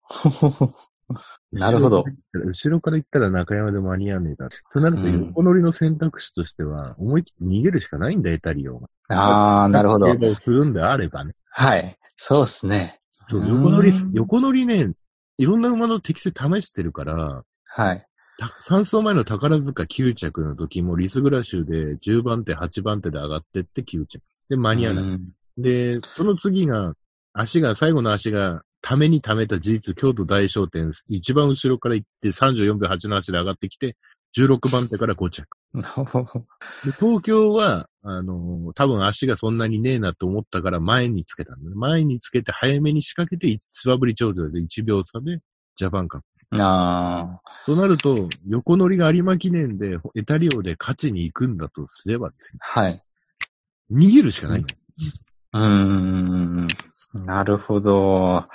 なるほど。 後ろから行ったら中山で間に合わねえだ。となるとうん横乗りの選択肢としては、思い切って逃げるしかないんだ、エタリオが。 あー、なるほど。 競馬をするんであればね。 はい。そうっすね。 そう、 うーん横乗り、横乗りね、いろんな馬の適性試してるから、 はい。 たさん走前の宝塚きゅう着の時もリスグラシュでじゅうばん手、はちばん手で上がってってきゅう着。で、間に合わない。 うんで、その次が、足が、最後の足が、ためにためた事実、京都大商店、一番後ろから行ってさんじゅうよんびょうはちの足で上がってきて、じゅうろくばん手からご着。で、東京は、あのー多分足がそんなにねえなと思ったから前につけたんだね。前につけて早めに仕掛けて、つわぶり頂上でいちびょう差でジャパンカップ。 あとなると、横乗りが有馬記念で、エタリオで勝ちに行くんだとすればですよ。 ーはい。 逃げるしかないの。 うーん。なるほど。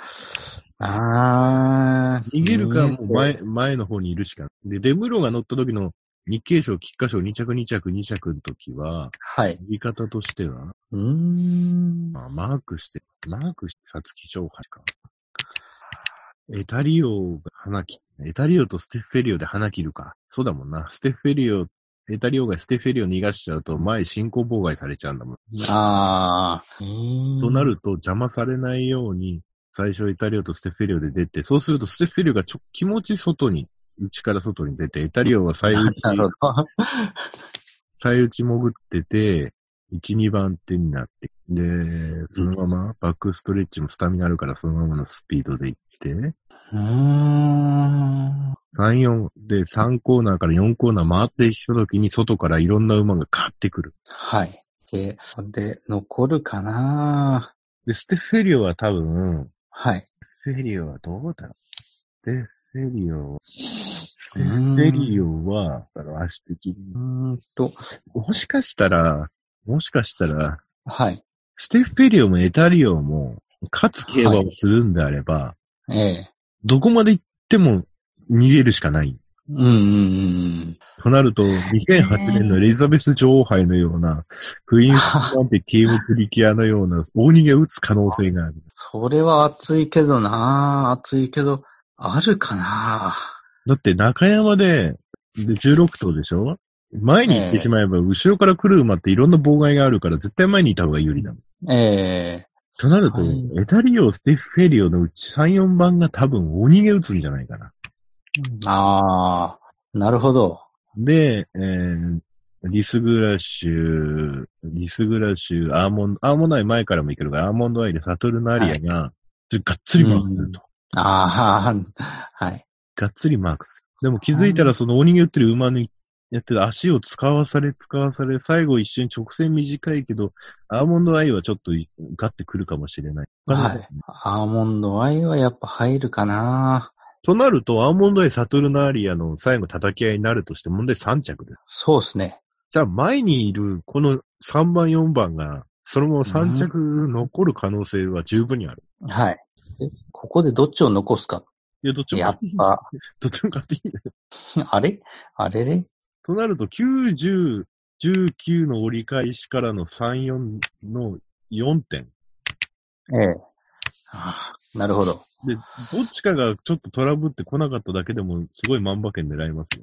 あー。 逃げるか、もう前、 て前の方にいるしかない。で、デムロが乗った時の日経賞、菊花賞に着、に着、に着の時は、 はい。 言い方としては、 うーん。 まあ、マークして、マークして、皐月賞杯か。エタリオが花切、エタリオとステフェリオで花切るか。そうだもんな。ステフェリオ、エタリオがステフェリオ逃がしちゃうと、前進行妨害されちゃうんだもん。 あー。うーんとなると、邪魔されないように、最初エタリオとステフェリオで出て、そうするとステフェリオがちょ、気持ち外に、内から外に出て、エタリオは最内、 なるほど。 最内潜ってて、いち、にばん手になって、で、そのままバックストレッチもスタミナあるからそのままのスピードで行って、 うーん。 さん、よんでさんコーナーからよんコーナー回ってきた時に外からいろんな馬がカーってくる。 はい。で、で、残るかなで、ステフェリオは多分、 はい。 ステフェリオはどうだろう。ステフェリオ、スうテフェリオは、あの足的に。 ーんと、 もしかしたら、もしかしたら、 はい。 ステフェリオもエタリオも、勝つ競馬をするんであれば、 ええ。 どこまで行っても逃げるしかない。 うんうんうん。 となると、にせんはちねんのエリザベス女王杯のような、クイーンスなんてゲームプリキュアのような、大逃げを打つ可能性がある。 それは熱いけどな熱いけど、あるかなだって中山で、でじゅうろく頭でしょ前に行ってしまえば、後ろから来る馬っていろんな妨害があるから、絶対前にいた方が有利だもん。 ええとなると、 はいエタリオ、ステフェリオのうちさん、よんばんが多分大逃げ打つんじゃないかな。 ああ、なるほど。 で、えー、リスグラッシュ、リスグラッシュ、アーモンド、アーモンドアイ前からもいけるから、アーモンドアイでサトルナリアが、がっつりマークすると。 ああ、はい。 がっつりマークする。でも気づいたらその大逃げ打ってる馬にやってる足を使わされ使わされ、最後一瞬直線短いけど、アーモンドアイはちょっとガッてくるかもしれない。 はい。アーモンドアイはやっぱ入るかなとなると、アーモンドアイ、サトルナーリアの最後叩き合いになるとして問題さん着です。 そうですね。 じゃあ前にいるこのさんばん、よんばんが、そのままさん着残る可能性は十分にある。 はい。でここでどっちを残すか。 いや、どっちもやっ勝っていい。 ぱ、 どっちも勝っていいね。 あれあれれとなると、きゅう、じゅう、じゅうきゅうの折り返しからのさん、よんのよんてん。 ええ。ああなるほど。 で、どっちかがちょっとトラブってこなかっただけでも、すごい万馬券狙いますよね。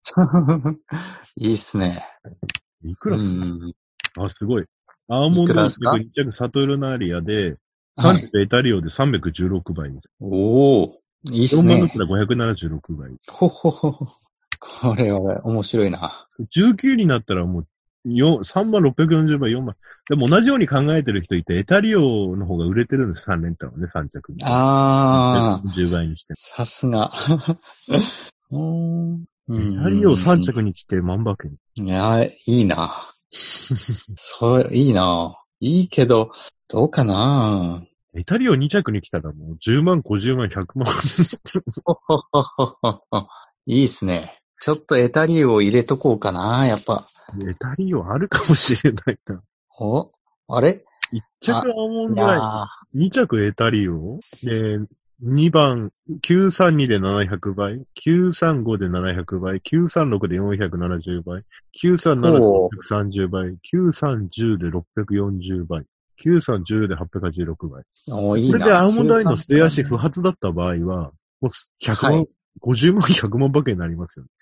いいっすね。 いくらする、 うん。 あ、すごい。アーモンドいくらですか？ いっ着、サトルナリアで、 はい。 さん着エタリオでさんびゃくじゅうろくばいです。 おー、いいっよんまんだったすね。 らごひゃくななじゅうろくばい。 ほほほほ。これは面白いな。 じゅうきゅうになったらもう、よさんまんろっぴゃくよんじゅうばい、よんまん。でも同じように考えてる人いて、エタリオの方が売れてるんです、さん連単はね、さん着。 あー、 じゅうばいにして。 さすが。うーん。うんエタリオさんうん着に来て万馬券。 うん。いや、いいな。そう、いいな。いいけど、どうかな。 エタリオに着に来たらもうじゅうまん、ごじゅうまん、ひゃくまん。 ほほほほほほ。いいっすね。ちょっとエタリーを入れとこうかな、やっぱ。 エタリオあるかもしれないな。 お、あれいち着アあ、 ーモンいやドアイ、に着エタリオで、にばん、きゅうさんにでななひゃくばい、きゅうさんごでななひゃくばい、きゅうさんろくでよんひゃくななじゅうばい、きゅうさんななでほう。 ろっぴゃくさんじゅうばい、きゅうさんいちでろっぴゃくよんじゅうばい、きゅうさんいちではっぴゃくはちじゅうろくばい。 お、いこれでいな。 アーモンドアイの捨てさん足不発だった場合は、もうひゃくまん、 はい。 ごじゅうまん、ひゃくまん馬券になりますよね。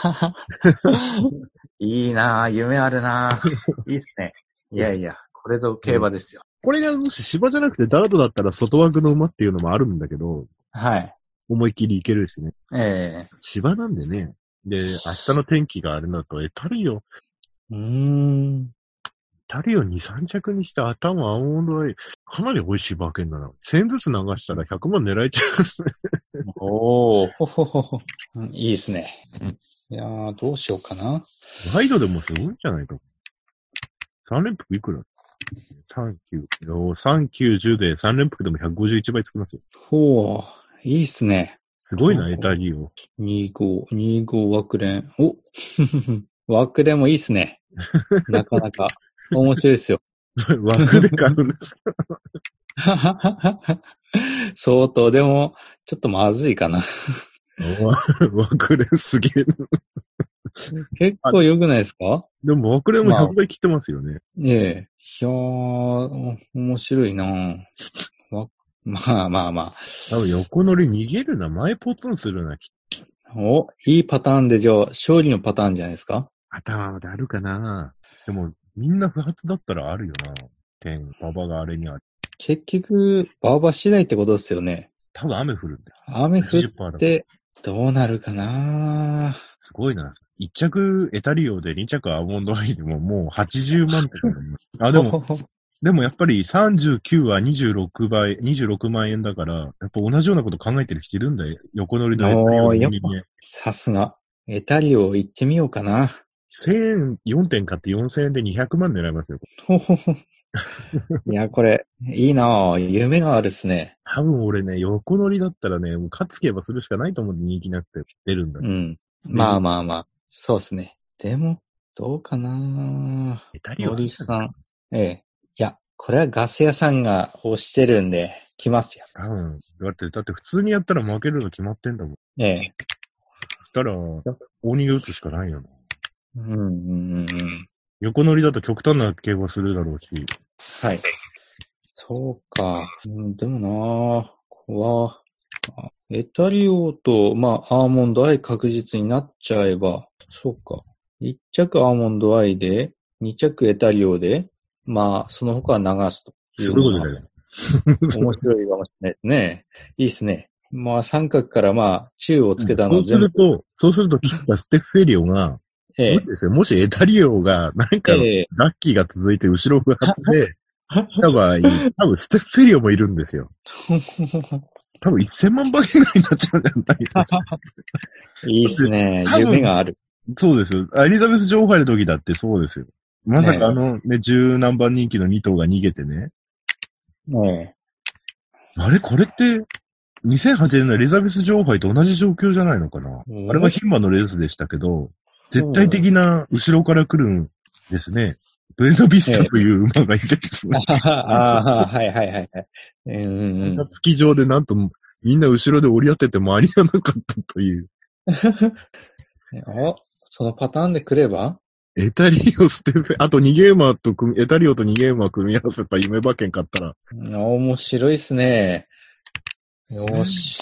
いいな、夢あるな。いいっすね。いやいや、これぞ競馬ですよ。 これがもし芝じゃなくてダートだったら外枠の馬っていうのもあるんだけど、 はい。 思いっきりいけるしね。 ええ芝なんでね。で、明日の天気があれだと、え、タリオ、 うーん。 タリオに、さん着にして頭アーモンドアイ、かなり美味しい馬券だな。せんずつ流したらひゃくまん狙えちゃおー、ほほほほ。うんいいですね。いやー、どうしようかな。 う。ワイドでもすごいんじゃないか。さん連複いくら ?さん、きゅう。よさん、きゅう、じゅうでさん連複でもひゃくごじゅういちばいつきますよ。 ほう、いいっすね。 すごいな、エタリオ。 にご、にご枠連。お枠連もいいっすね。なかなか面白いですよ。 枠で買うんですか？ 相当、でも、ちょっとまずいかな。 わ枠ですげえな。あ、 結構良くないですか？ でも枠でもまあ、 ひゃくばい切ってますよね。 ええ。いやー、面白いなぁ。わまあまあま多分横乗り逃げるな、前ポツンするな、 あ。お、いいパターンで、じゃあ、勝利のパターンじゃないですか？ 頭であるかな。でも、みんな不発だったらあるよな。点、馬場があれにある。 結局、バーバー次第ってことですよね。 多分雨降るんだよ。 雨降っはちじゅっパーセントだから。 て、どうなるかなすごいな。いっ着エタリオでに着アーモンドアイでももうはちじゅうまんとかだね。あ、でも、でもやっぱりさんじゅうきゅうはにじゅうろくばい、にじゅうろくまん円だから、やっぱ同じようなこと考えてる人いるんだよ。横乗りのエタリオおー、やっぱ、 の人間。 さすが。エタリオ行ってみようかな。 せんえん、よんてん買ってよんせんえんでにひゃくまん狙いますよ。 ほほほ。いや、これ、いいなぁ。夢があるっすね。 多分俺ね、横乗りだったらね、もう勝つけばするしかないと思って人気なくて出るんだ。 うん。 で、 まあまあまあ。そうっすね。でも、どうかなエタリオある森じゃないか。 さん。ええ。いや、これはガス屋さんが押してるんで、来ますよ。 多分、だって、だって普通にやったら負けるの決まってんだもん。 ええ。 そしたら、大逃げ打つしかないよな。 うんうんうんうん。 横乗りだと極端な競馬するだろうし。 はい。そうか。うん、でもなぁ、ここは、あエタリオと、まあ、アーモンドアイ確実になっちゃえば、そうか。いち着アーモンドアイで、に着エタリオで、まあ、その他は流すといすうのが、 ごいことだよ。 面白いかもしれないですね。いいですね。まあ、三角からまあ、中をつけたそうすのを全部、 ると、そうすると切ったステフェリオが、 ええ、 もしですよ、もしエタリオが、なんか、 ええ、 ラッキーが続いて後ろ不発で、来た場合、多分ステフェリオもいるんですよ。多分せんまん馬券ぐらいになっちゃうんじゃないか。 いいですね。 多分夢がある。 そうですよ。エリザベス女王杯の時だってそうですよ。まさかあのね、十何番人気のに頭が逃げてね。 ねあれこれって、にせんはちねんのエリザベス女王杯と同じ状況じゃないのかな。 え。 あれは牝馬のレースでしたけど、絶対的な後ろから来るんですね。ブエノビスタという馬がいてですね。 ああ、はいはいはいはい。うんうんうん。 月上でなんとみんな後ろで折り合ってて間に合わなかったという。 お、そのパターンで来ればエタリオステフェ、あとにゲーマーと組み、エタリオとにゲーマー組み合わせた夢馬券買ったら。 面白いっすね。よし。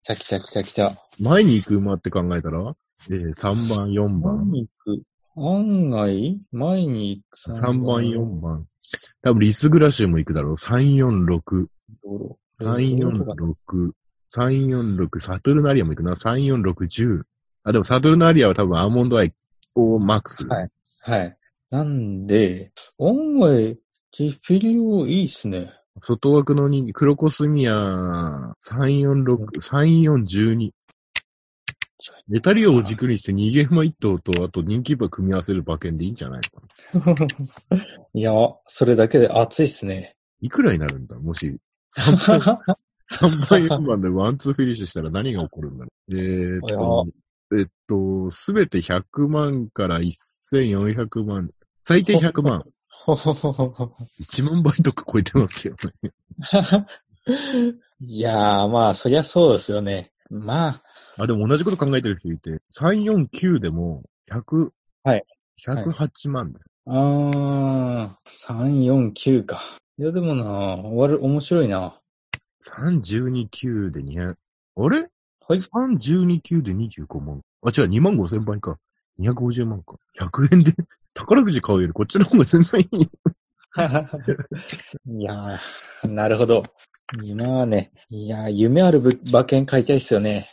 来た来た来た来た。 前に行く馬って考えたら、えー、さんばん、よんばん。 前に行く。案外前に行くさんばん、よんばん。多分リスグラシュも行くだろう。さんよんろく。さんよんろく。さんよんろく。サトルナリアも行くな。さんよんろく、じゅう。あ、でもサトルナリアは多分アーモンドアイをマークする。 はい。はい。なんで、案外、ジフィリオいいっすね。 外枠の人気、クロコスミア、さんよんろく、さんよんいちに。ネタリオを軸にして逃げ馬一頭と、あと人気馬組み合わせる馬券でいいんじゃないかな。 いや、それだけで熱いっすね。 いくらになるんだもし、さんばん、さんばん、よんばんでワンツーフィニッシュしたら何が起こるんだろう。えー、っと、えっと、すべてひゃくまんからせんよんひゃくまん。最低ひゃくまん。いちまんばいとか超えてますよね。 いやー、まあ、そりゃそうですよね。まあ。 あ、でも同じこと考えてる人いて、さんよんきゅうでもひゃく、 はい。 ひゃくはちまんです。 はい、あー、さんよんきゅうか。いや、でもな、終わる、面白いな。 さんじゅうにきゅうでにひゃく、あれはい。 さんじゅうにきゅうでにじゅうごまん。あ、違う、にまんごせんばいか。にひゃくごじゅうまんか。ひゃくえんで、宝くじ買うよりこっちの方が全然いい。 いやー、なるほど。今はね、いやー、夢ある馬券買いたいっすよね。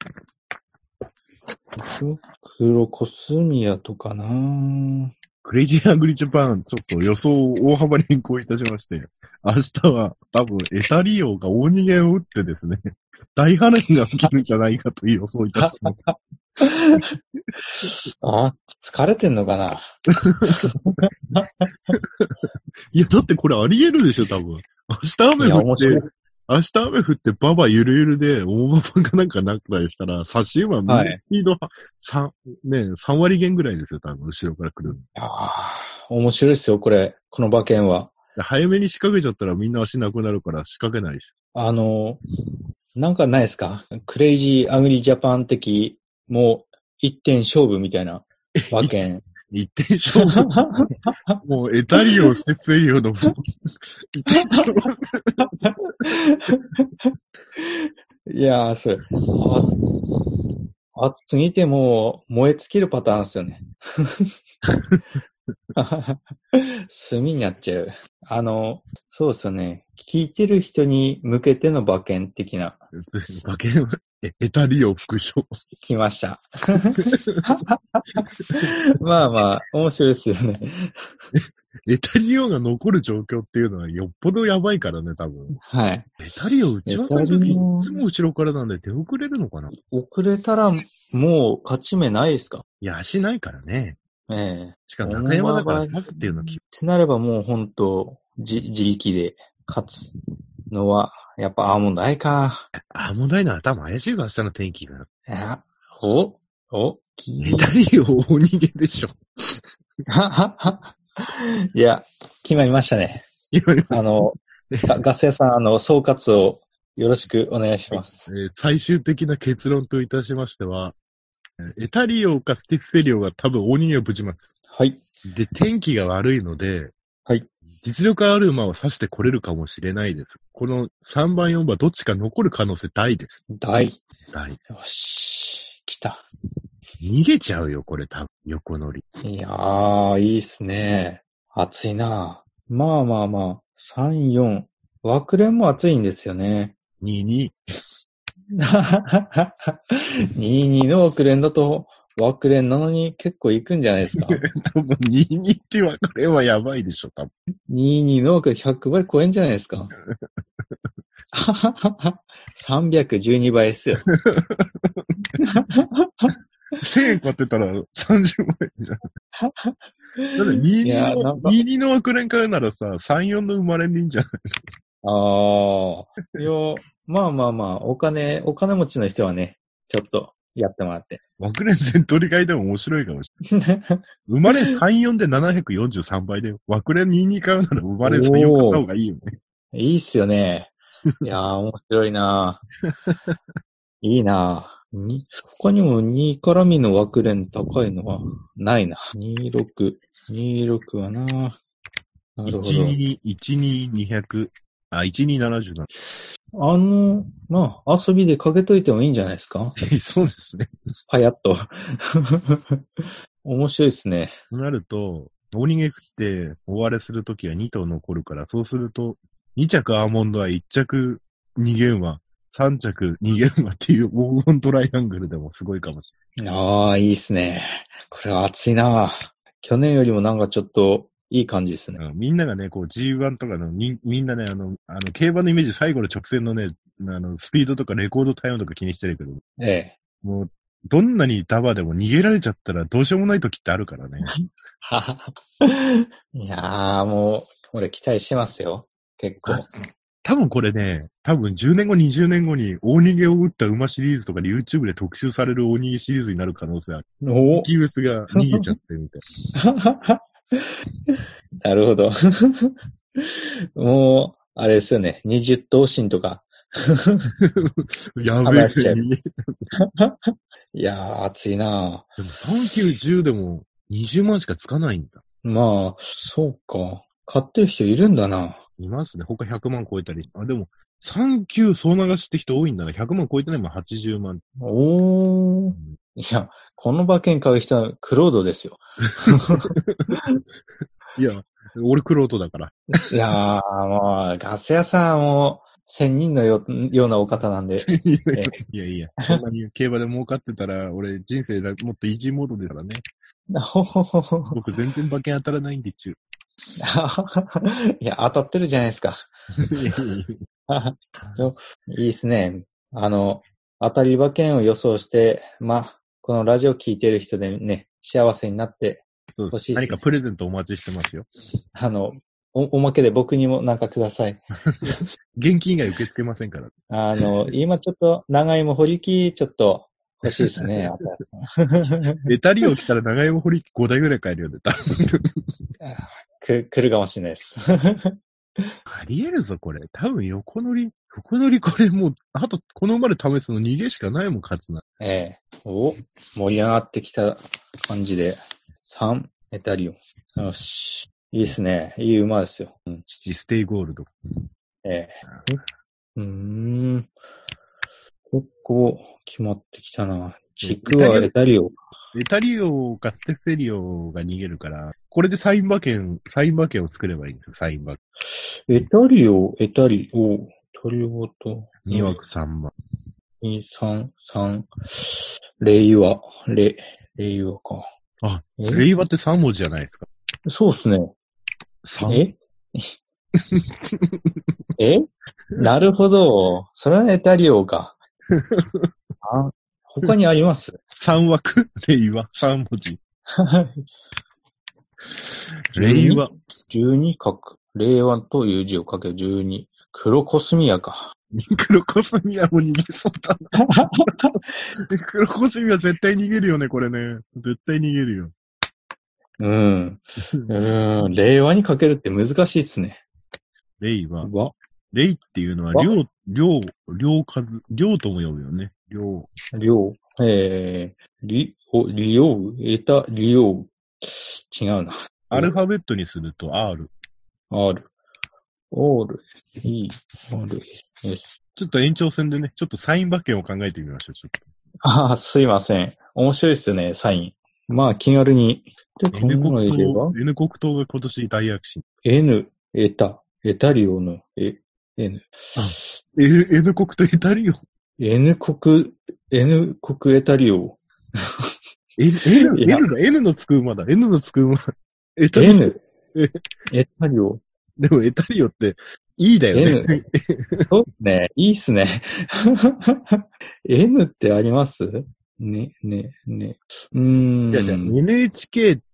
クロコスミアとかなぁ。 クレイジーアグリジャパン、ちょっと予想を大幅に変更いたしまして、明日は多分エタリオが大逃げを打ってですね、大波乱が起きるんじゃないかという予想いたします。 あ、疲れてんのかないや、だってこれあり得るでしょ、多分。明日雨降って、明日雨降ってババゆるゆるで大馬場がなんかなったりしたら、差し馬のスピードさん、ね、さん割減ぐらいですよ、多分、後ろから来る。 ああ、面白いですよ、これ。この馬券は。 早めに仕掛けちゃったらみんな足なくなるから仕掛けないでしょ。 あの、なんかないですか？クレイジーアグリジャパン的、もう一点勝負みたいな馬券。 一点勝負。もうエタリオ、ステッフェリオの一点勝負。 いやー、それ。あ、熱見てもう燃え尽きるパターンですよね。炭になっちゃう。あの、そうですよね。聞いてる人に向けての馬券的な。 馬券は、エタリオ副賞。 来ました。まあまあ、面白いですよね。 エタリオが残る状況っていうのはよっぽどやばいからね、多分。 はい。 エタリオ内枠の時いつも後ろからなんで出遅れるのかな？ 遅れたらもう勝ち目ないですか？ いや、足ないからね。 ええ。 しかも中山だから刺すっていうのはきってなればもう本当自、自力で勝つのは、やっぱアーモンドアイか。 アーモンドアイの頭怪しいぞ、明日の天気が。 いや、おおエタリオ大逃げでしょ。 いや、決まりましたね。 決まりました。 あの、ガス屋さん、あの、総括をよろしくお願いします。 はい、えー、最終的な結論といたしましては、エタリオかスティッフェリオが多分大逃げをぶちます。 はい。 で、天気が悪いので、 はい。 実力ある馬を指してこれるかもしれないです。このさんばんよんばんどっちか残る可能性大です。 大。 大。 よし。来た。 逃げちゃうよ、これ多分。横乗り。 いやー、いいっすね。暑いな。まあまあまあ、さん、よん。枠連も暑いんですよね。 に、に。 に、にの枠連だと、枠連なのに結構行くんじゃないですか。 多分に、にって枠連はやばいでしょ、多分。 に、にの枠ひゃくばい超えんじゃないですか。さんびゃくじゅうにばいですよ。 せんえん買ってたらさんじゅうまんえんじゃん。だってにじゅうにの、にじゅうにの枠連買うならさ、さんじゅうよんの生まれでいいんじゃないのああ。いや、まあまあまあ、お金、お金持ちの人はね、ちょっとやってもらって。 枠連全取り替えでも面白いかもしれない。生まれさんじゅうよんでななひゃくよんじゅうさんばいだよ。枠連にじゅうに買うなら生まれさんじゅうよん買った方がいいよね。 いいっすよね。いやー、面白いなー。いいなー。に他にもに絡みの枠連高いのはないな。にじゅうろく。にじゅうろくはな。なるほど。 いちに、いちに、にひゃく。 あ、いちにーななじゅうなな。 あの、まあ、遊びでかけといてもいいんじゃないですか？ そうですね。 はやっと。面白いですね。 となると、大逃げ食って終われするときはに頭残るから、そうすると、に着アーモンドアイ、いち着逃げ馬、さん着逃げ馬っていう黄金トライアングルでもすごいかもしああ、いいっすね。これは熱いな。去年よりもなんかちょっといい感じですね。 れない。みんながね、こう ジーワン とかのみ、みんなね、あの、あの、競馬のイメージ最後の直線のね、あの、スピードとかレコードタイムとか気にしてるけど、 ええ。 もう、どんなにダバでも逃げられちゃったらどうしようもない時ってあるからね。 ははいやーもう、俺期待してますよ。結構。 多分これね、多分じゅうねんご、にじゅうねんごに大逃げを打った馬シリーズとかで YouTube で特集される大逃げシリーズになる可能性ある。 おギウスが逃げちゃってみたいなるほど。もう、あれですよね。二十頭身とか。 な。やべえ話しちゃう。 逃げいやー、熱いな。 でもさんきゅうじゅうでもにじゅうまんしかつかないんだ。 まあ、そうか。買ってる人いるんだな。 いますね。他ひゃくまん超えたり。あ、でも、さんきゅう総流しって人多いんだな。ひゃくまん超えてないもんはちじゅうまん。 おー。いや、この馬券買う人はクロードですよ。 いや、俺クロートだから。 いやー、もう、ガス屋さんも、千人のよようなお方なんで。 いやいや、そんなに競馬で儲かってたら、俺人生もっとイージーモードですからね。 ほほほほ僕全然馬券当たらないんでちゅう。 いや、当たってるじゃないですか。いいですね。あの、当たり馬券を予想して、まあ、このラジオ聞いてる人でね、幸せになってそうです。 ほしいですね。 何かプレゼントお待ちしてますよ。 あの、お、おまけで僕にもなんかください。 現金以外受け付けませんから。 あの、今ちょっと、長芋掘り機、ちょっと欲しいですね。 エタリオ来たら長芋掘りごだいぐらい買えるよね、多分。 く、来るかもしれないです。 あり得るぞ、これ。多分横乗り、横乗りこれもう、あとこの馬で試すの逃げしかないもん、勝つな。 ええお、盛り上がってきた感じで。さん、エタリオン。よし。いいですね。いい馬ですよ。うん、 父ステイゴールド。 ええうーん。結構決まってきたな。軸はエタリオ。 エタリオかステフェリオが逃げるから、これでサイン馬券、サイン馬券を作ればいいんですよ、サイン馬券。 エタリオ、エタリオ、エタリオと。 に枠さんばん。 に、さん、さん、レイワ、レ、レイワか。 あ、 えレイワってさん文字じゃないですか。 そうっすね。 さん? ええなるほど。それはエタリオか。あ、他にありますさん 枠レイワ ?さん 文字。レイワ。 じゅうに角。令和という字を書けじゅうに。黒コスミアか。 黒コスミアも逃げそうだな。黒コスミア絶対逃げるよね、これね。絶対逃げるよ。 うん。うん。令和に書けるって難しいっすね。 レイは、 わ。 レイっていうのは、量、量、量数、量とも呼ぶよね。量。 量。えー、り、お、りおう、えた、りおう。違うな。 アルファベットにすると R。 R。R、E、R、S。 ちょっと延長戦でね、ちょっとサイン馬券を考えてみましょう、ちょっと。 ああ、すいません。面白いっすね、サイン。まあ、気軽に。で、 N 考えれば国党、N 国党が今年大躍進。 N、エタ、エタリオの、え、N。 あ、え、N 国とエタリオ。 N 国、N 国エタリオ。 N、N、N だ、N のつく馬だ、N のつく馬。エタリオ。 N、エタリオ。 でもエタリオって、いいだよね。 N。そうですね。いいっすね。N ってありますね、ね、ね。うーん。 じゃあじゃあ エヌエイチケーって、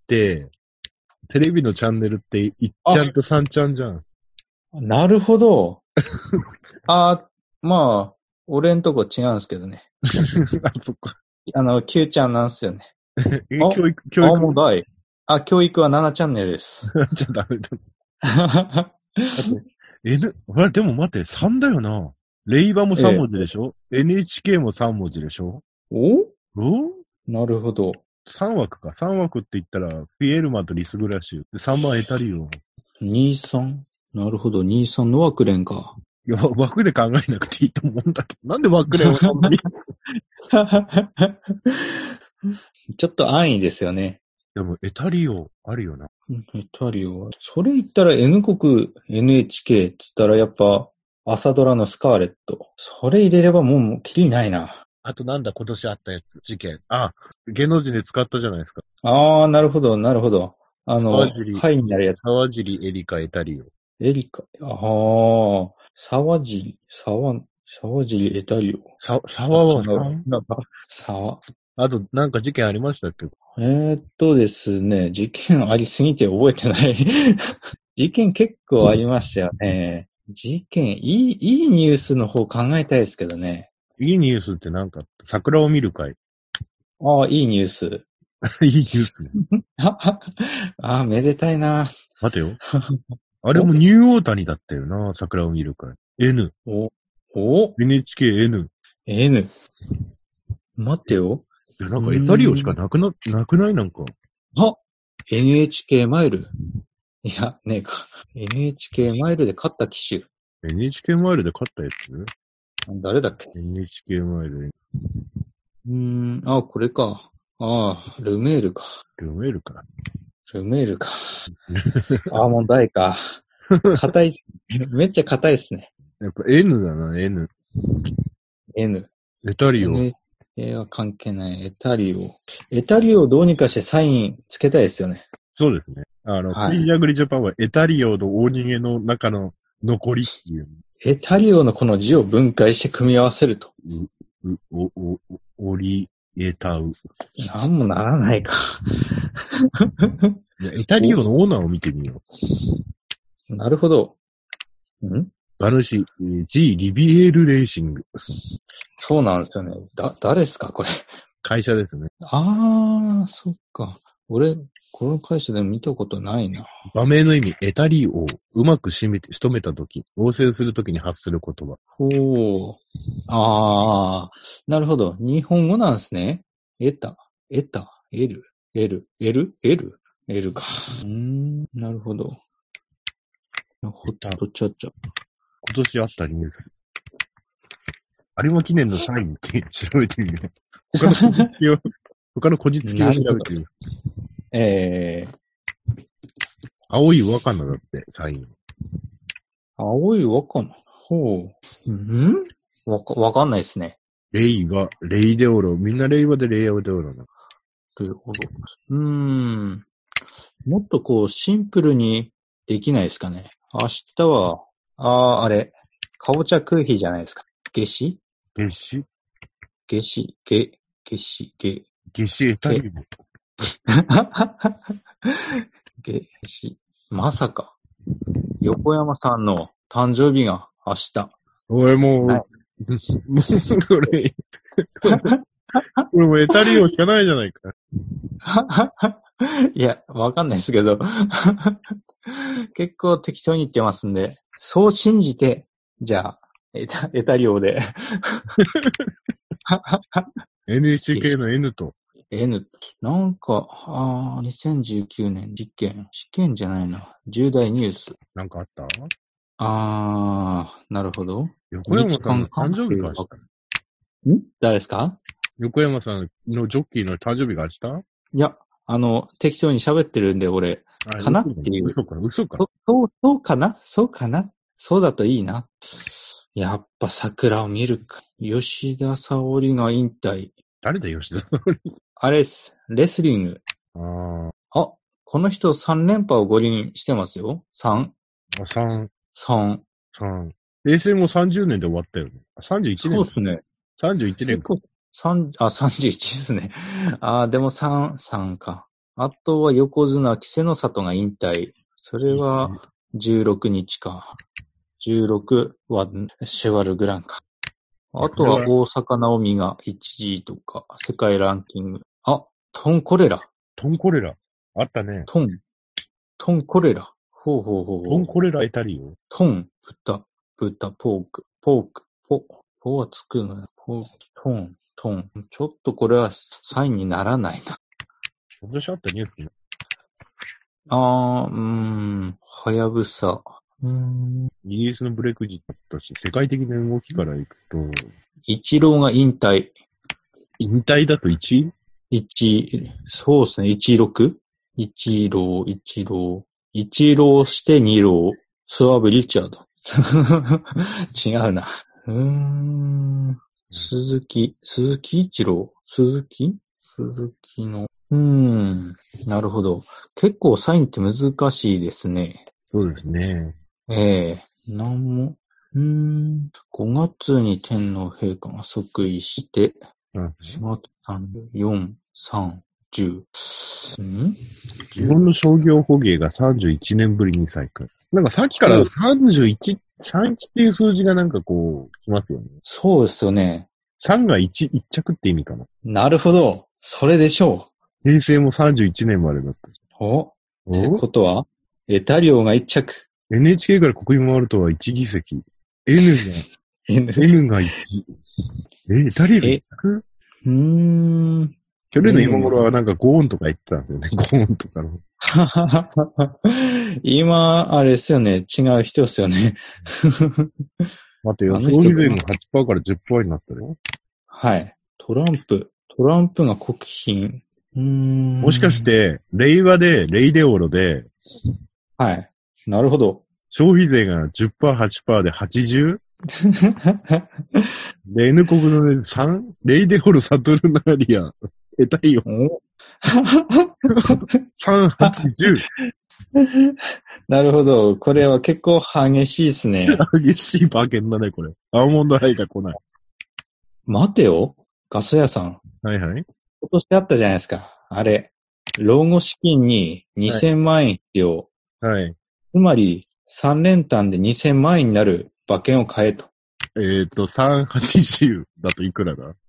テレビのチャンネルっていっちゃんとさんちゃんじゃん。 なるほど。あ、まあ、俺んとこ違うんですけどね。 あ、そっか。 あの、きゅうちゃんなんすよね。 え、教育、教育。 あ、もう大。あ、教育はななチャンネルです。 じゃあダメだ。N、あれ、でも待って、さんだよな。レイバもさん文字でしょ、ええ、エヌエイチケー もさん文字でしょおおなるほど。 さん枠か。さん枠って言ったら、フィエルマとリスグラッシュ。で、さんばんエタリオ。 に、さん。 なるほど。にじゅうさんの枠連か。 いや、枠で考えなくていいと思うんだけど。なんで枠連をそんなに。いちょっと安易ですよね。 や、もうエタリオあるよな。 エタリオは。それ言ったら N 国 エヌエイチケー っつったらやっぱ朝ドラのスカーレット。それ入れればもう、もうキリないな。 あとなんだ今年あったやつ。事件。あ、芸能人で使ったじゃないですか。 あー、なるほど、なるほど。あの、 沢尻、 ハイになるやつ。 沢尻エリカエタリオ。 エリカ。あー、沢尻、沢、沢尻エタリオ。 さ、沢はさんなんか、沢。 あとなんか事件ありましたっけ？ えーっとですね、事件ありすぎて覚えてない。事件結構ありましたよね。事件、いい、いいニュースの方考えたいですけどね。 いいニュースってなんかあった？桜を見る会。 ああ、いいニュース。 いいニュース。 ああ、めでたいな。 待てよ。あれもニューオータニだったよな、桜を見る会。N。 お、お、 エヌエイチケーエヌ。 N。待ってよ。 いや、なんかエタリオしかなくな、なくないなんか。 あ、エヌエイチケー マイル。いや、ねえか。エヌエイチケー マイルで勝った機種。 エヌエイチケー マイルで勝ったやつ？ 誰だっけ？ エヌエイチケー マイルで。 うーん、あ、これか。ああ、ルメールか。 ルメールか。 ルメールか。アーモンドアイか。硬い。めっちゃ硬いですね。 やっぱ N だな、N。 N。 エタリオ。 エヌエイチケー は関係ない。エタリオ。エタリオをどうにかしてサインつけたいですよね。 そうですね。あの、 はいクイーンジャグリジャパンはエタリオの大逃げの中の残りっていう。 エタリオのこの字を分解して組み合わせると。 う、う、お、お、お、オリエタウ。 なんもならないか。 いや、エタリオのオーナーを見てみよう。 なるほど。ん馬主、えー G リビエールレーシング。 そうなんですよね。だ、誰ですかこれ。 会社ですね。 あー、そっか。俺、この会社でも見たことないな。 場名の意味、エタリオをうまくしめて、仕留めたとき、合成するときに発する言葉。 ほう。あー、なるほど。日本語なんですね。得た、得た、得る、得る、得る、得る、得るか。うーん、なるほど。ほっとちゃっちゃ。 今年あったニュース。有馬記念のサインって調べてみよう。他のこじつきを、他のこじつきを調べてみよう。 えー、 青い若菜だって、サイン。 青い和かな。ほう。んわか、わかんないですね。 レイは、レイデオロ。みんなレイはでレイオデオロな。 なるほど。うーん。もっとこう、シンプルにできないですかね。明日は、あー、あれ、かぼちゃ食う日じゃないですか。夏至夏至夏至、夏、夏至、夏、 夏至エタリオ。 夏至。まさか、横山さんの誕生日が明日。 俺もう、 はいもう、これ、これもうエタリオしかないじゃないか。 いや、わかんないですけど。結構適当に言ってますんで、そう信じて、じゃあ、エタ、エタリオで。 エヌエイチケー の N と。 N、なんか、あー、にせんじゅうきゅうねん事件。事件じゃないな。重大ニュース。 なんかあった？ あー、なるほど。 横山さんの誕生日が明日。 ん誰ですか？ 横山さんのジョッキーの誕生日が明日？ いや、あの、適当に喋ってるんで、俺、 あかなっていう。 嘘か、嘘か。 そ、そう、そうかなそうかなそうだといいな。やっぱ桜を見るか。吉田沙保里が引退。 誰だ、吉田？ あれです。レスリング。 ああ、この人さん連覇を五輪してますよ。さん。 あ、さん、 さん。 さん。平成もさんじゅうねんで終わったよね。あ、さんじゅういちねん。 そうですね。 さんじゅういちねん結。構、三、あ、さんじゅういちですね。あ、でもさん、さんか。あとは横綱、稀勢の里が引退。それはじゅうろくにちか。じゅうろくはシュワルグランか。あとは大阪直美がいちいとか、世界ランキング。あ、トンコレラ。 トンコレラ。あったね。 トン。トンコレラ。ほうほうほうほう。 トンコレラエタリオ。 トン、豚、豚、ポーク、ポーク、ポ、ポはつくのよ。ポーク、トン、トン。ちょっとこれはサインにならないな。 今年あったニュースね。 あー、うーん、はやぶさ、 うーん。 イギリスのブレクジットだったし、世界的な動きからいくと、 イチローが引退。 引退だと いちい? 一、そうですね。いちろく? 一郎、一郎。一郎して二郎。スワブ・リチャード。違うな。うーん。鈴木、鈴木一郎。鈴木鈴木の。うーん。なるほど。結構サインって難しいですね。 そうですね。 ええなんも。うーん。ごがつに天皇陛下が即位して、 うん、 しがつさんじゅうよん、さん、じゅう。ん日本の商業捕鯨がさんじゅういちねんぶりに再開。なんかさっきからさんじゅういち、さんいちっていう数字がなんかこう、きますよね。 そうですよね。 さんがいち、一着って意味かな。 なるほど。それでしょ平成もさんじゅういちねんまでだった。 う。おっておことは、エタリオが一着。 エヌエイチケー から国民回るとはいち議席。N が、 N。 N がいち。え、エタリオ一着うーん。 去年の今頃はなんかゴーンとか言ってたんですよね。ゴーンとかの。 今、あれですよね。違う人ですよね。 待てよ、 あの人消費税も はちパーセント から じゅっパーセント になったよ。 はい。トランプ。トランプが国賓。うーん。 もしかし。て、令和で、レイデオロで、 はい。なるほど。 消費税が じゅっパーセント、はちパーセント で はちじゅう? で、N 国ので さん? レイデオロ、サトルナーリア、エタリオ。 おさん、はち、じゅう。 なるほど。これは結構激しいですね。 激しい馬券だね、これ。アーモンドアイが来ない。 待てよ。ガス屋さん。 はいはい。 今年あったじゃないですか。あれ。老後資金ににせんまん円必要。 はい。 つまり、さん連単でにせんまん円になる馬券を買えと。 えっ、ー、と、さん、はちじゅうだといくらだ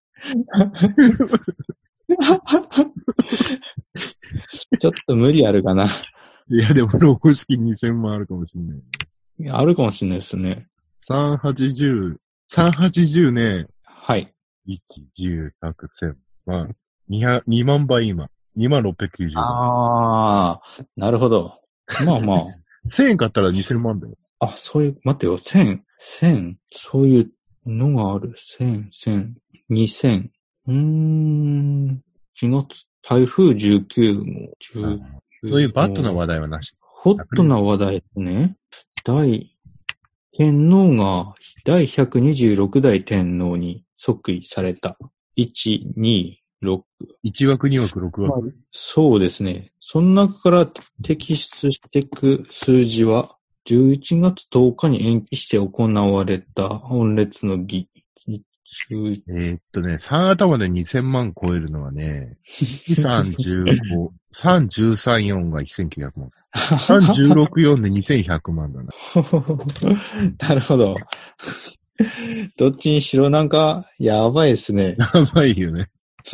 ちょっと無理あるかな。 いや、でも、老後資金にせんまんあるかもしれない。 あるかもしれないですね。 さん、はちじゅう、さん、はちじゅうね。 はい。 いち、じゅう、ひゃく、せん。まあ、にひゃく、にまん倍今。にまんろっぴゃくきゅうじゅう。 あー、なるほど。まあまあ。 せんえん買ったらにせんまんだよ。 あ、そういう、待ってよ。千、千、そういうのがある。千、千、二千。うーん。いちがつ、台風じゅうきゅう号。じゅうきゅうそういうバットな話題はなし。 ホットな話題ですね。大、天皇が第ひゃくにじゅうろく代天皇に即位された。いち、に、ろく。 いち枠、に枠、ろく枠。 そうですね。その中から摘出していく数字は、じゅういちがつとおかに延期して行われた本列の儀。 えー、っとね、さん頭でにせんまん超えるのはね、に、さん、じゅうご、さん、じゅうさん、よんがせんきゅうひゃくまん。さん、じゅうろく、よんでにせんひゃくまんだな。 なるほど。どっちにしろなんか、やばいですね。 やばいよね。 い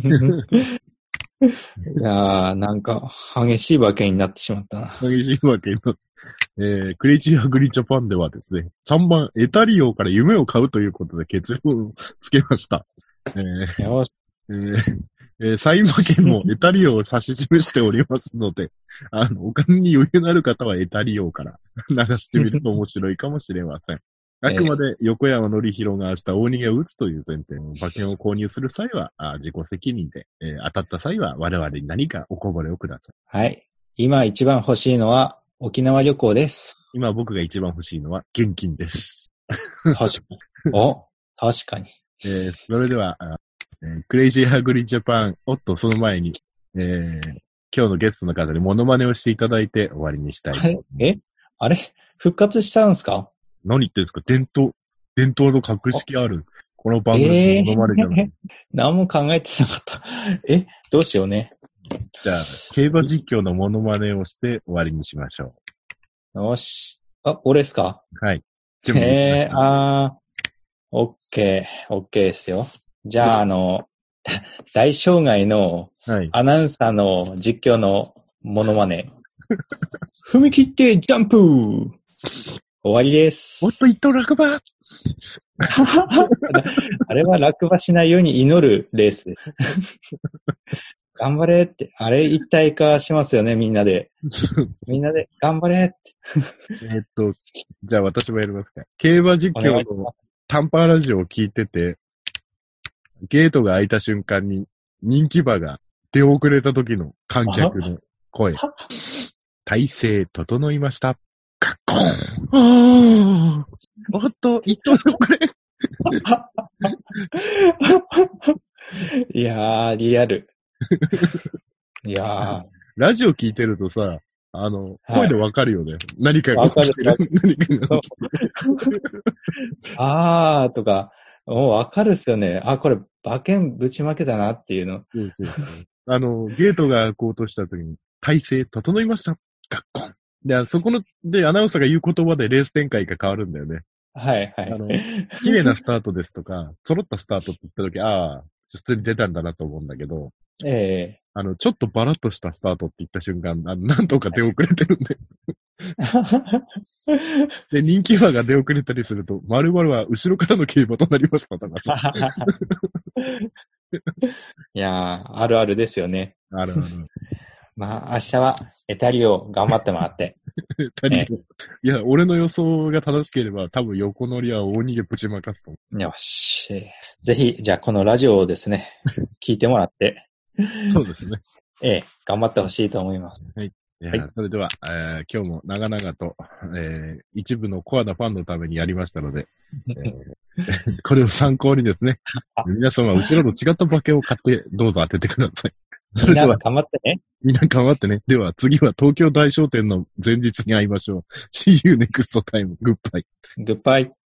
やー、なんか、激しい馬券になってしまったな。 激しいわけの。えー、クレイジーアグリジャパンではですね、さんばん、エタリオから夢を買うということで結論をつけました。えーよし。 えーえー、サイン馬券もエタリオを指し示しておりますので、あの、お金に余裕のある方はエタリオから流してみると面白いかもしれません。あくまで横山則弘が明日大逃げを打つという前提の馬券を購入する際はあ自己責任で、えー、当たった際は我々に何かおこぼれをください。 はい。今一番欲しいのは沖縄旅行です。 今僕が一番欲しいのは現金です。 確かに。お、確かに。 えー、それでは、えー、クレイジーアグリジャパン、おっと、その前に、えー、今日のゲストの方にモノマネをしていただいて終わりにしたい。 あれえあれ復活したんすか？ 何言ってんですか？伝統、伝統の格式ある。この番組のモノマネじゃない。 えー、何も考えてなかった。えどうしようね。 じゃあ、競馬実況のモノマネをして終わりにしましょう。よし。あ、俺ですか？ はい。 えー、あー、オッケー、オッケーですよ。じゃあ、あの、大障害のアナウンサーの実況のモノマネ。踏み切ってジャンプ終わりです。 もっと一等落馬あれは落馬しないように祈るレースです。 頑張れって、あれ一体化しますよね、みんなで。みんなで、頑張れって。 えっと、じゃあ私もやりますか。競馬実況の短波ラジオを聞いてて、ゲートが開いた瞬間に人気馬が出遅れた時の観客の声。体勢整いました。カッコーン。あーおっと、一頭で遅れ。 いやー、リアル。いやー。 ラジオ聞いてるとさ、あの、声でわかるよね。はい、何かが起きてる。何かが起きてる。 あーとか、もうわかるっすよね。あ、これ、馬券ぶちまけだなっていうの。 そうそうそう。あの、ゲートが開こうとした時に、体勢整いました。ガッコン。で、そこの、で、アナウンサーが言う言葉でレース展開が変わるんだよね。 はいはい。 あの、綺麗なスタートですとか、揃ったスタートって言った時、ああ、普通に出たんだなと思うんだけど、 ええー、 あの、ちょっとバラッとしたスタートって言った瞬間、あの、なんとか出遅れてるんで。で、人気馬が出遅れたりすると、〇〇は後ろからの競馬となりましたとかさ。 いやー、あるあるですよね。 あるある。 まあ、明日は、エタリオ頑張ってもらって。 エタリオ。いや、俺の予想が正しければ、多分横乗りは大逃げぶちまかすと思う。よし。ぜひ、じゃあこのラジオをですね、聞いてもらって。 そうですね。 ええ、頑張ってほしいと思います。 はい。いや、はい、それでは、えー、今日も長々と、えー、一部のコアなファンのためにやりましたので、えー、これを参考にですね、皆様、うちらと違った馬券を買ってどうぞ当ててください。 それでは、みんな頑張ってね。 みんな頑張ってね。では、次は東京大商店の前日に会いましょう。See you next time. Goodbye. Goodbye.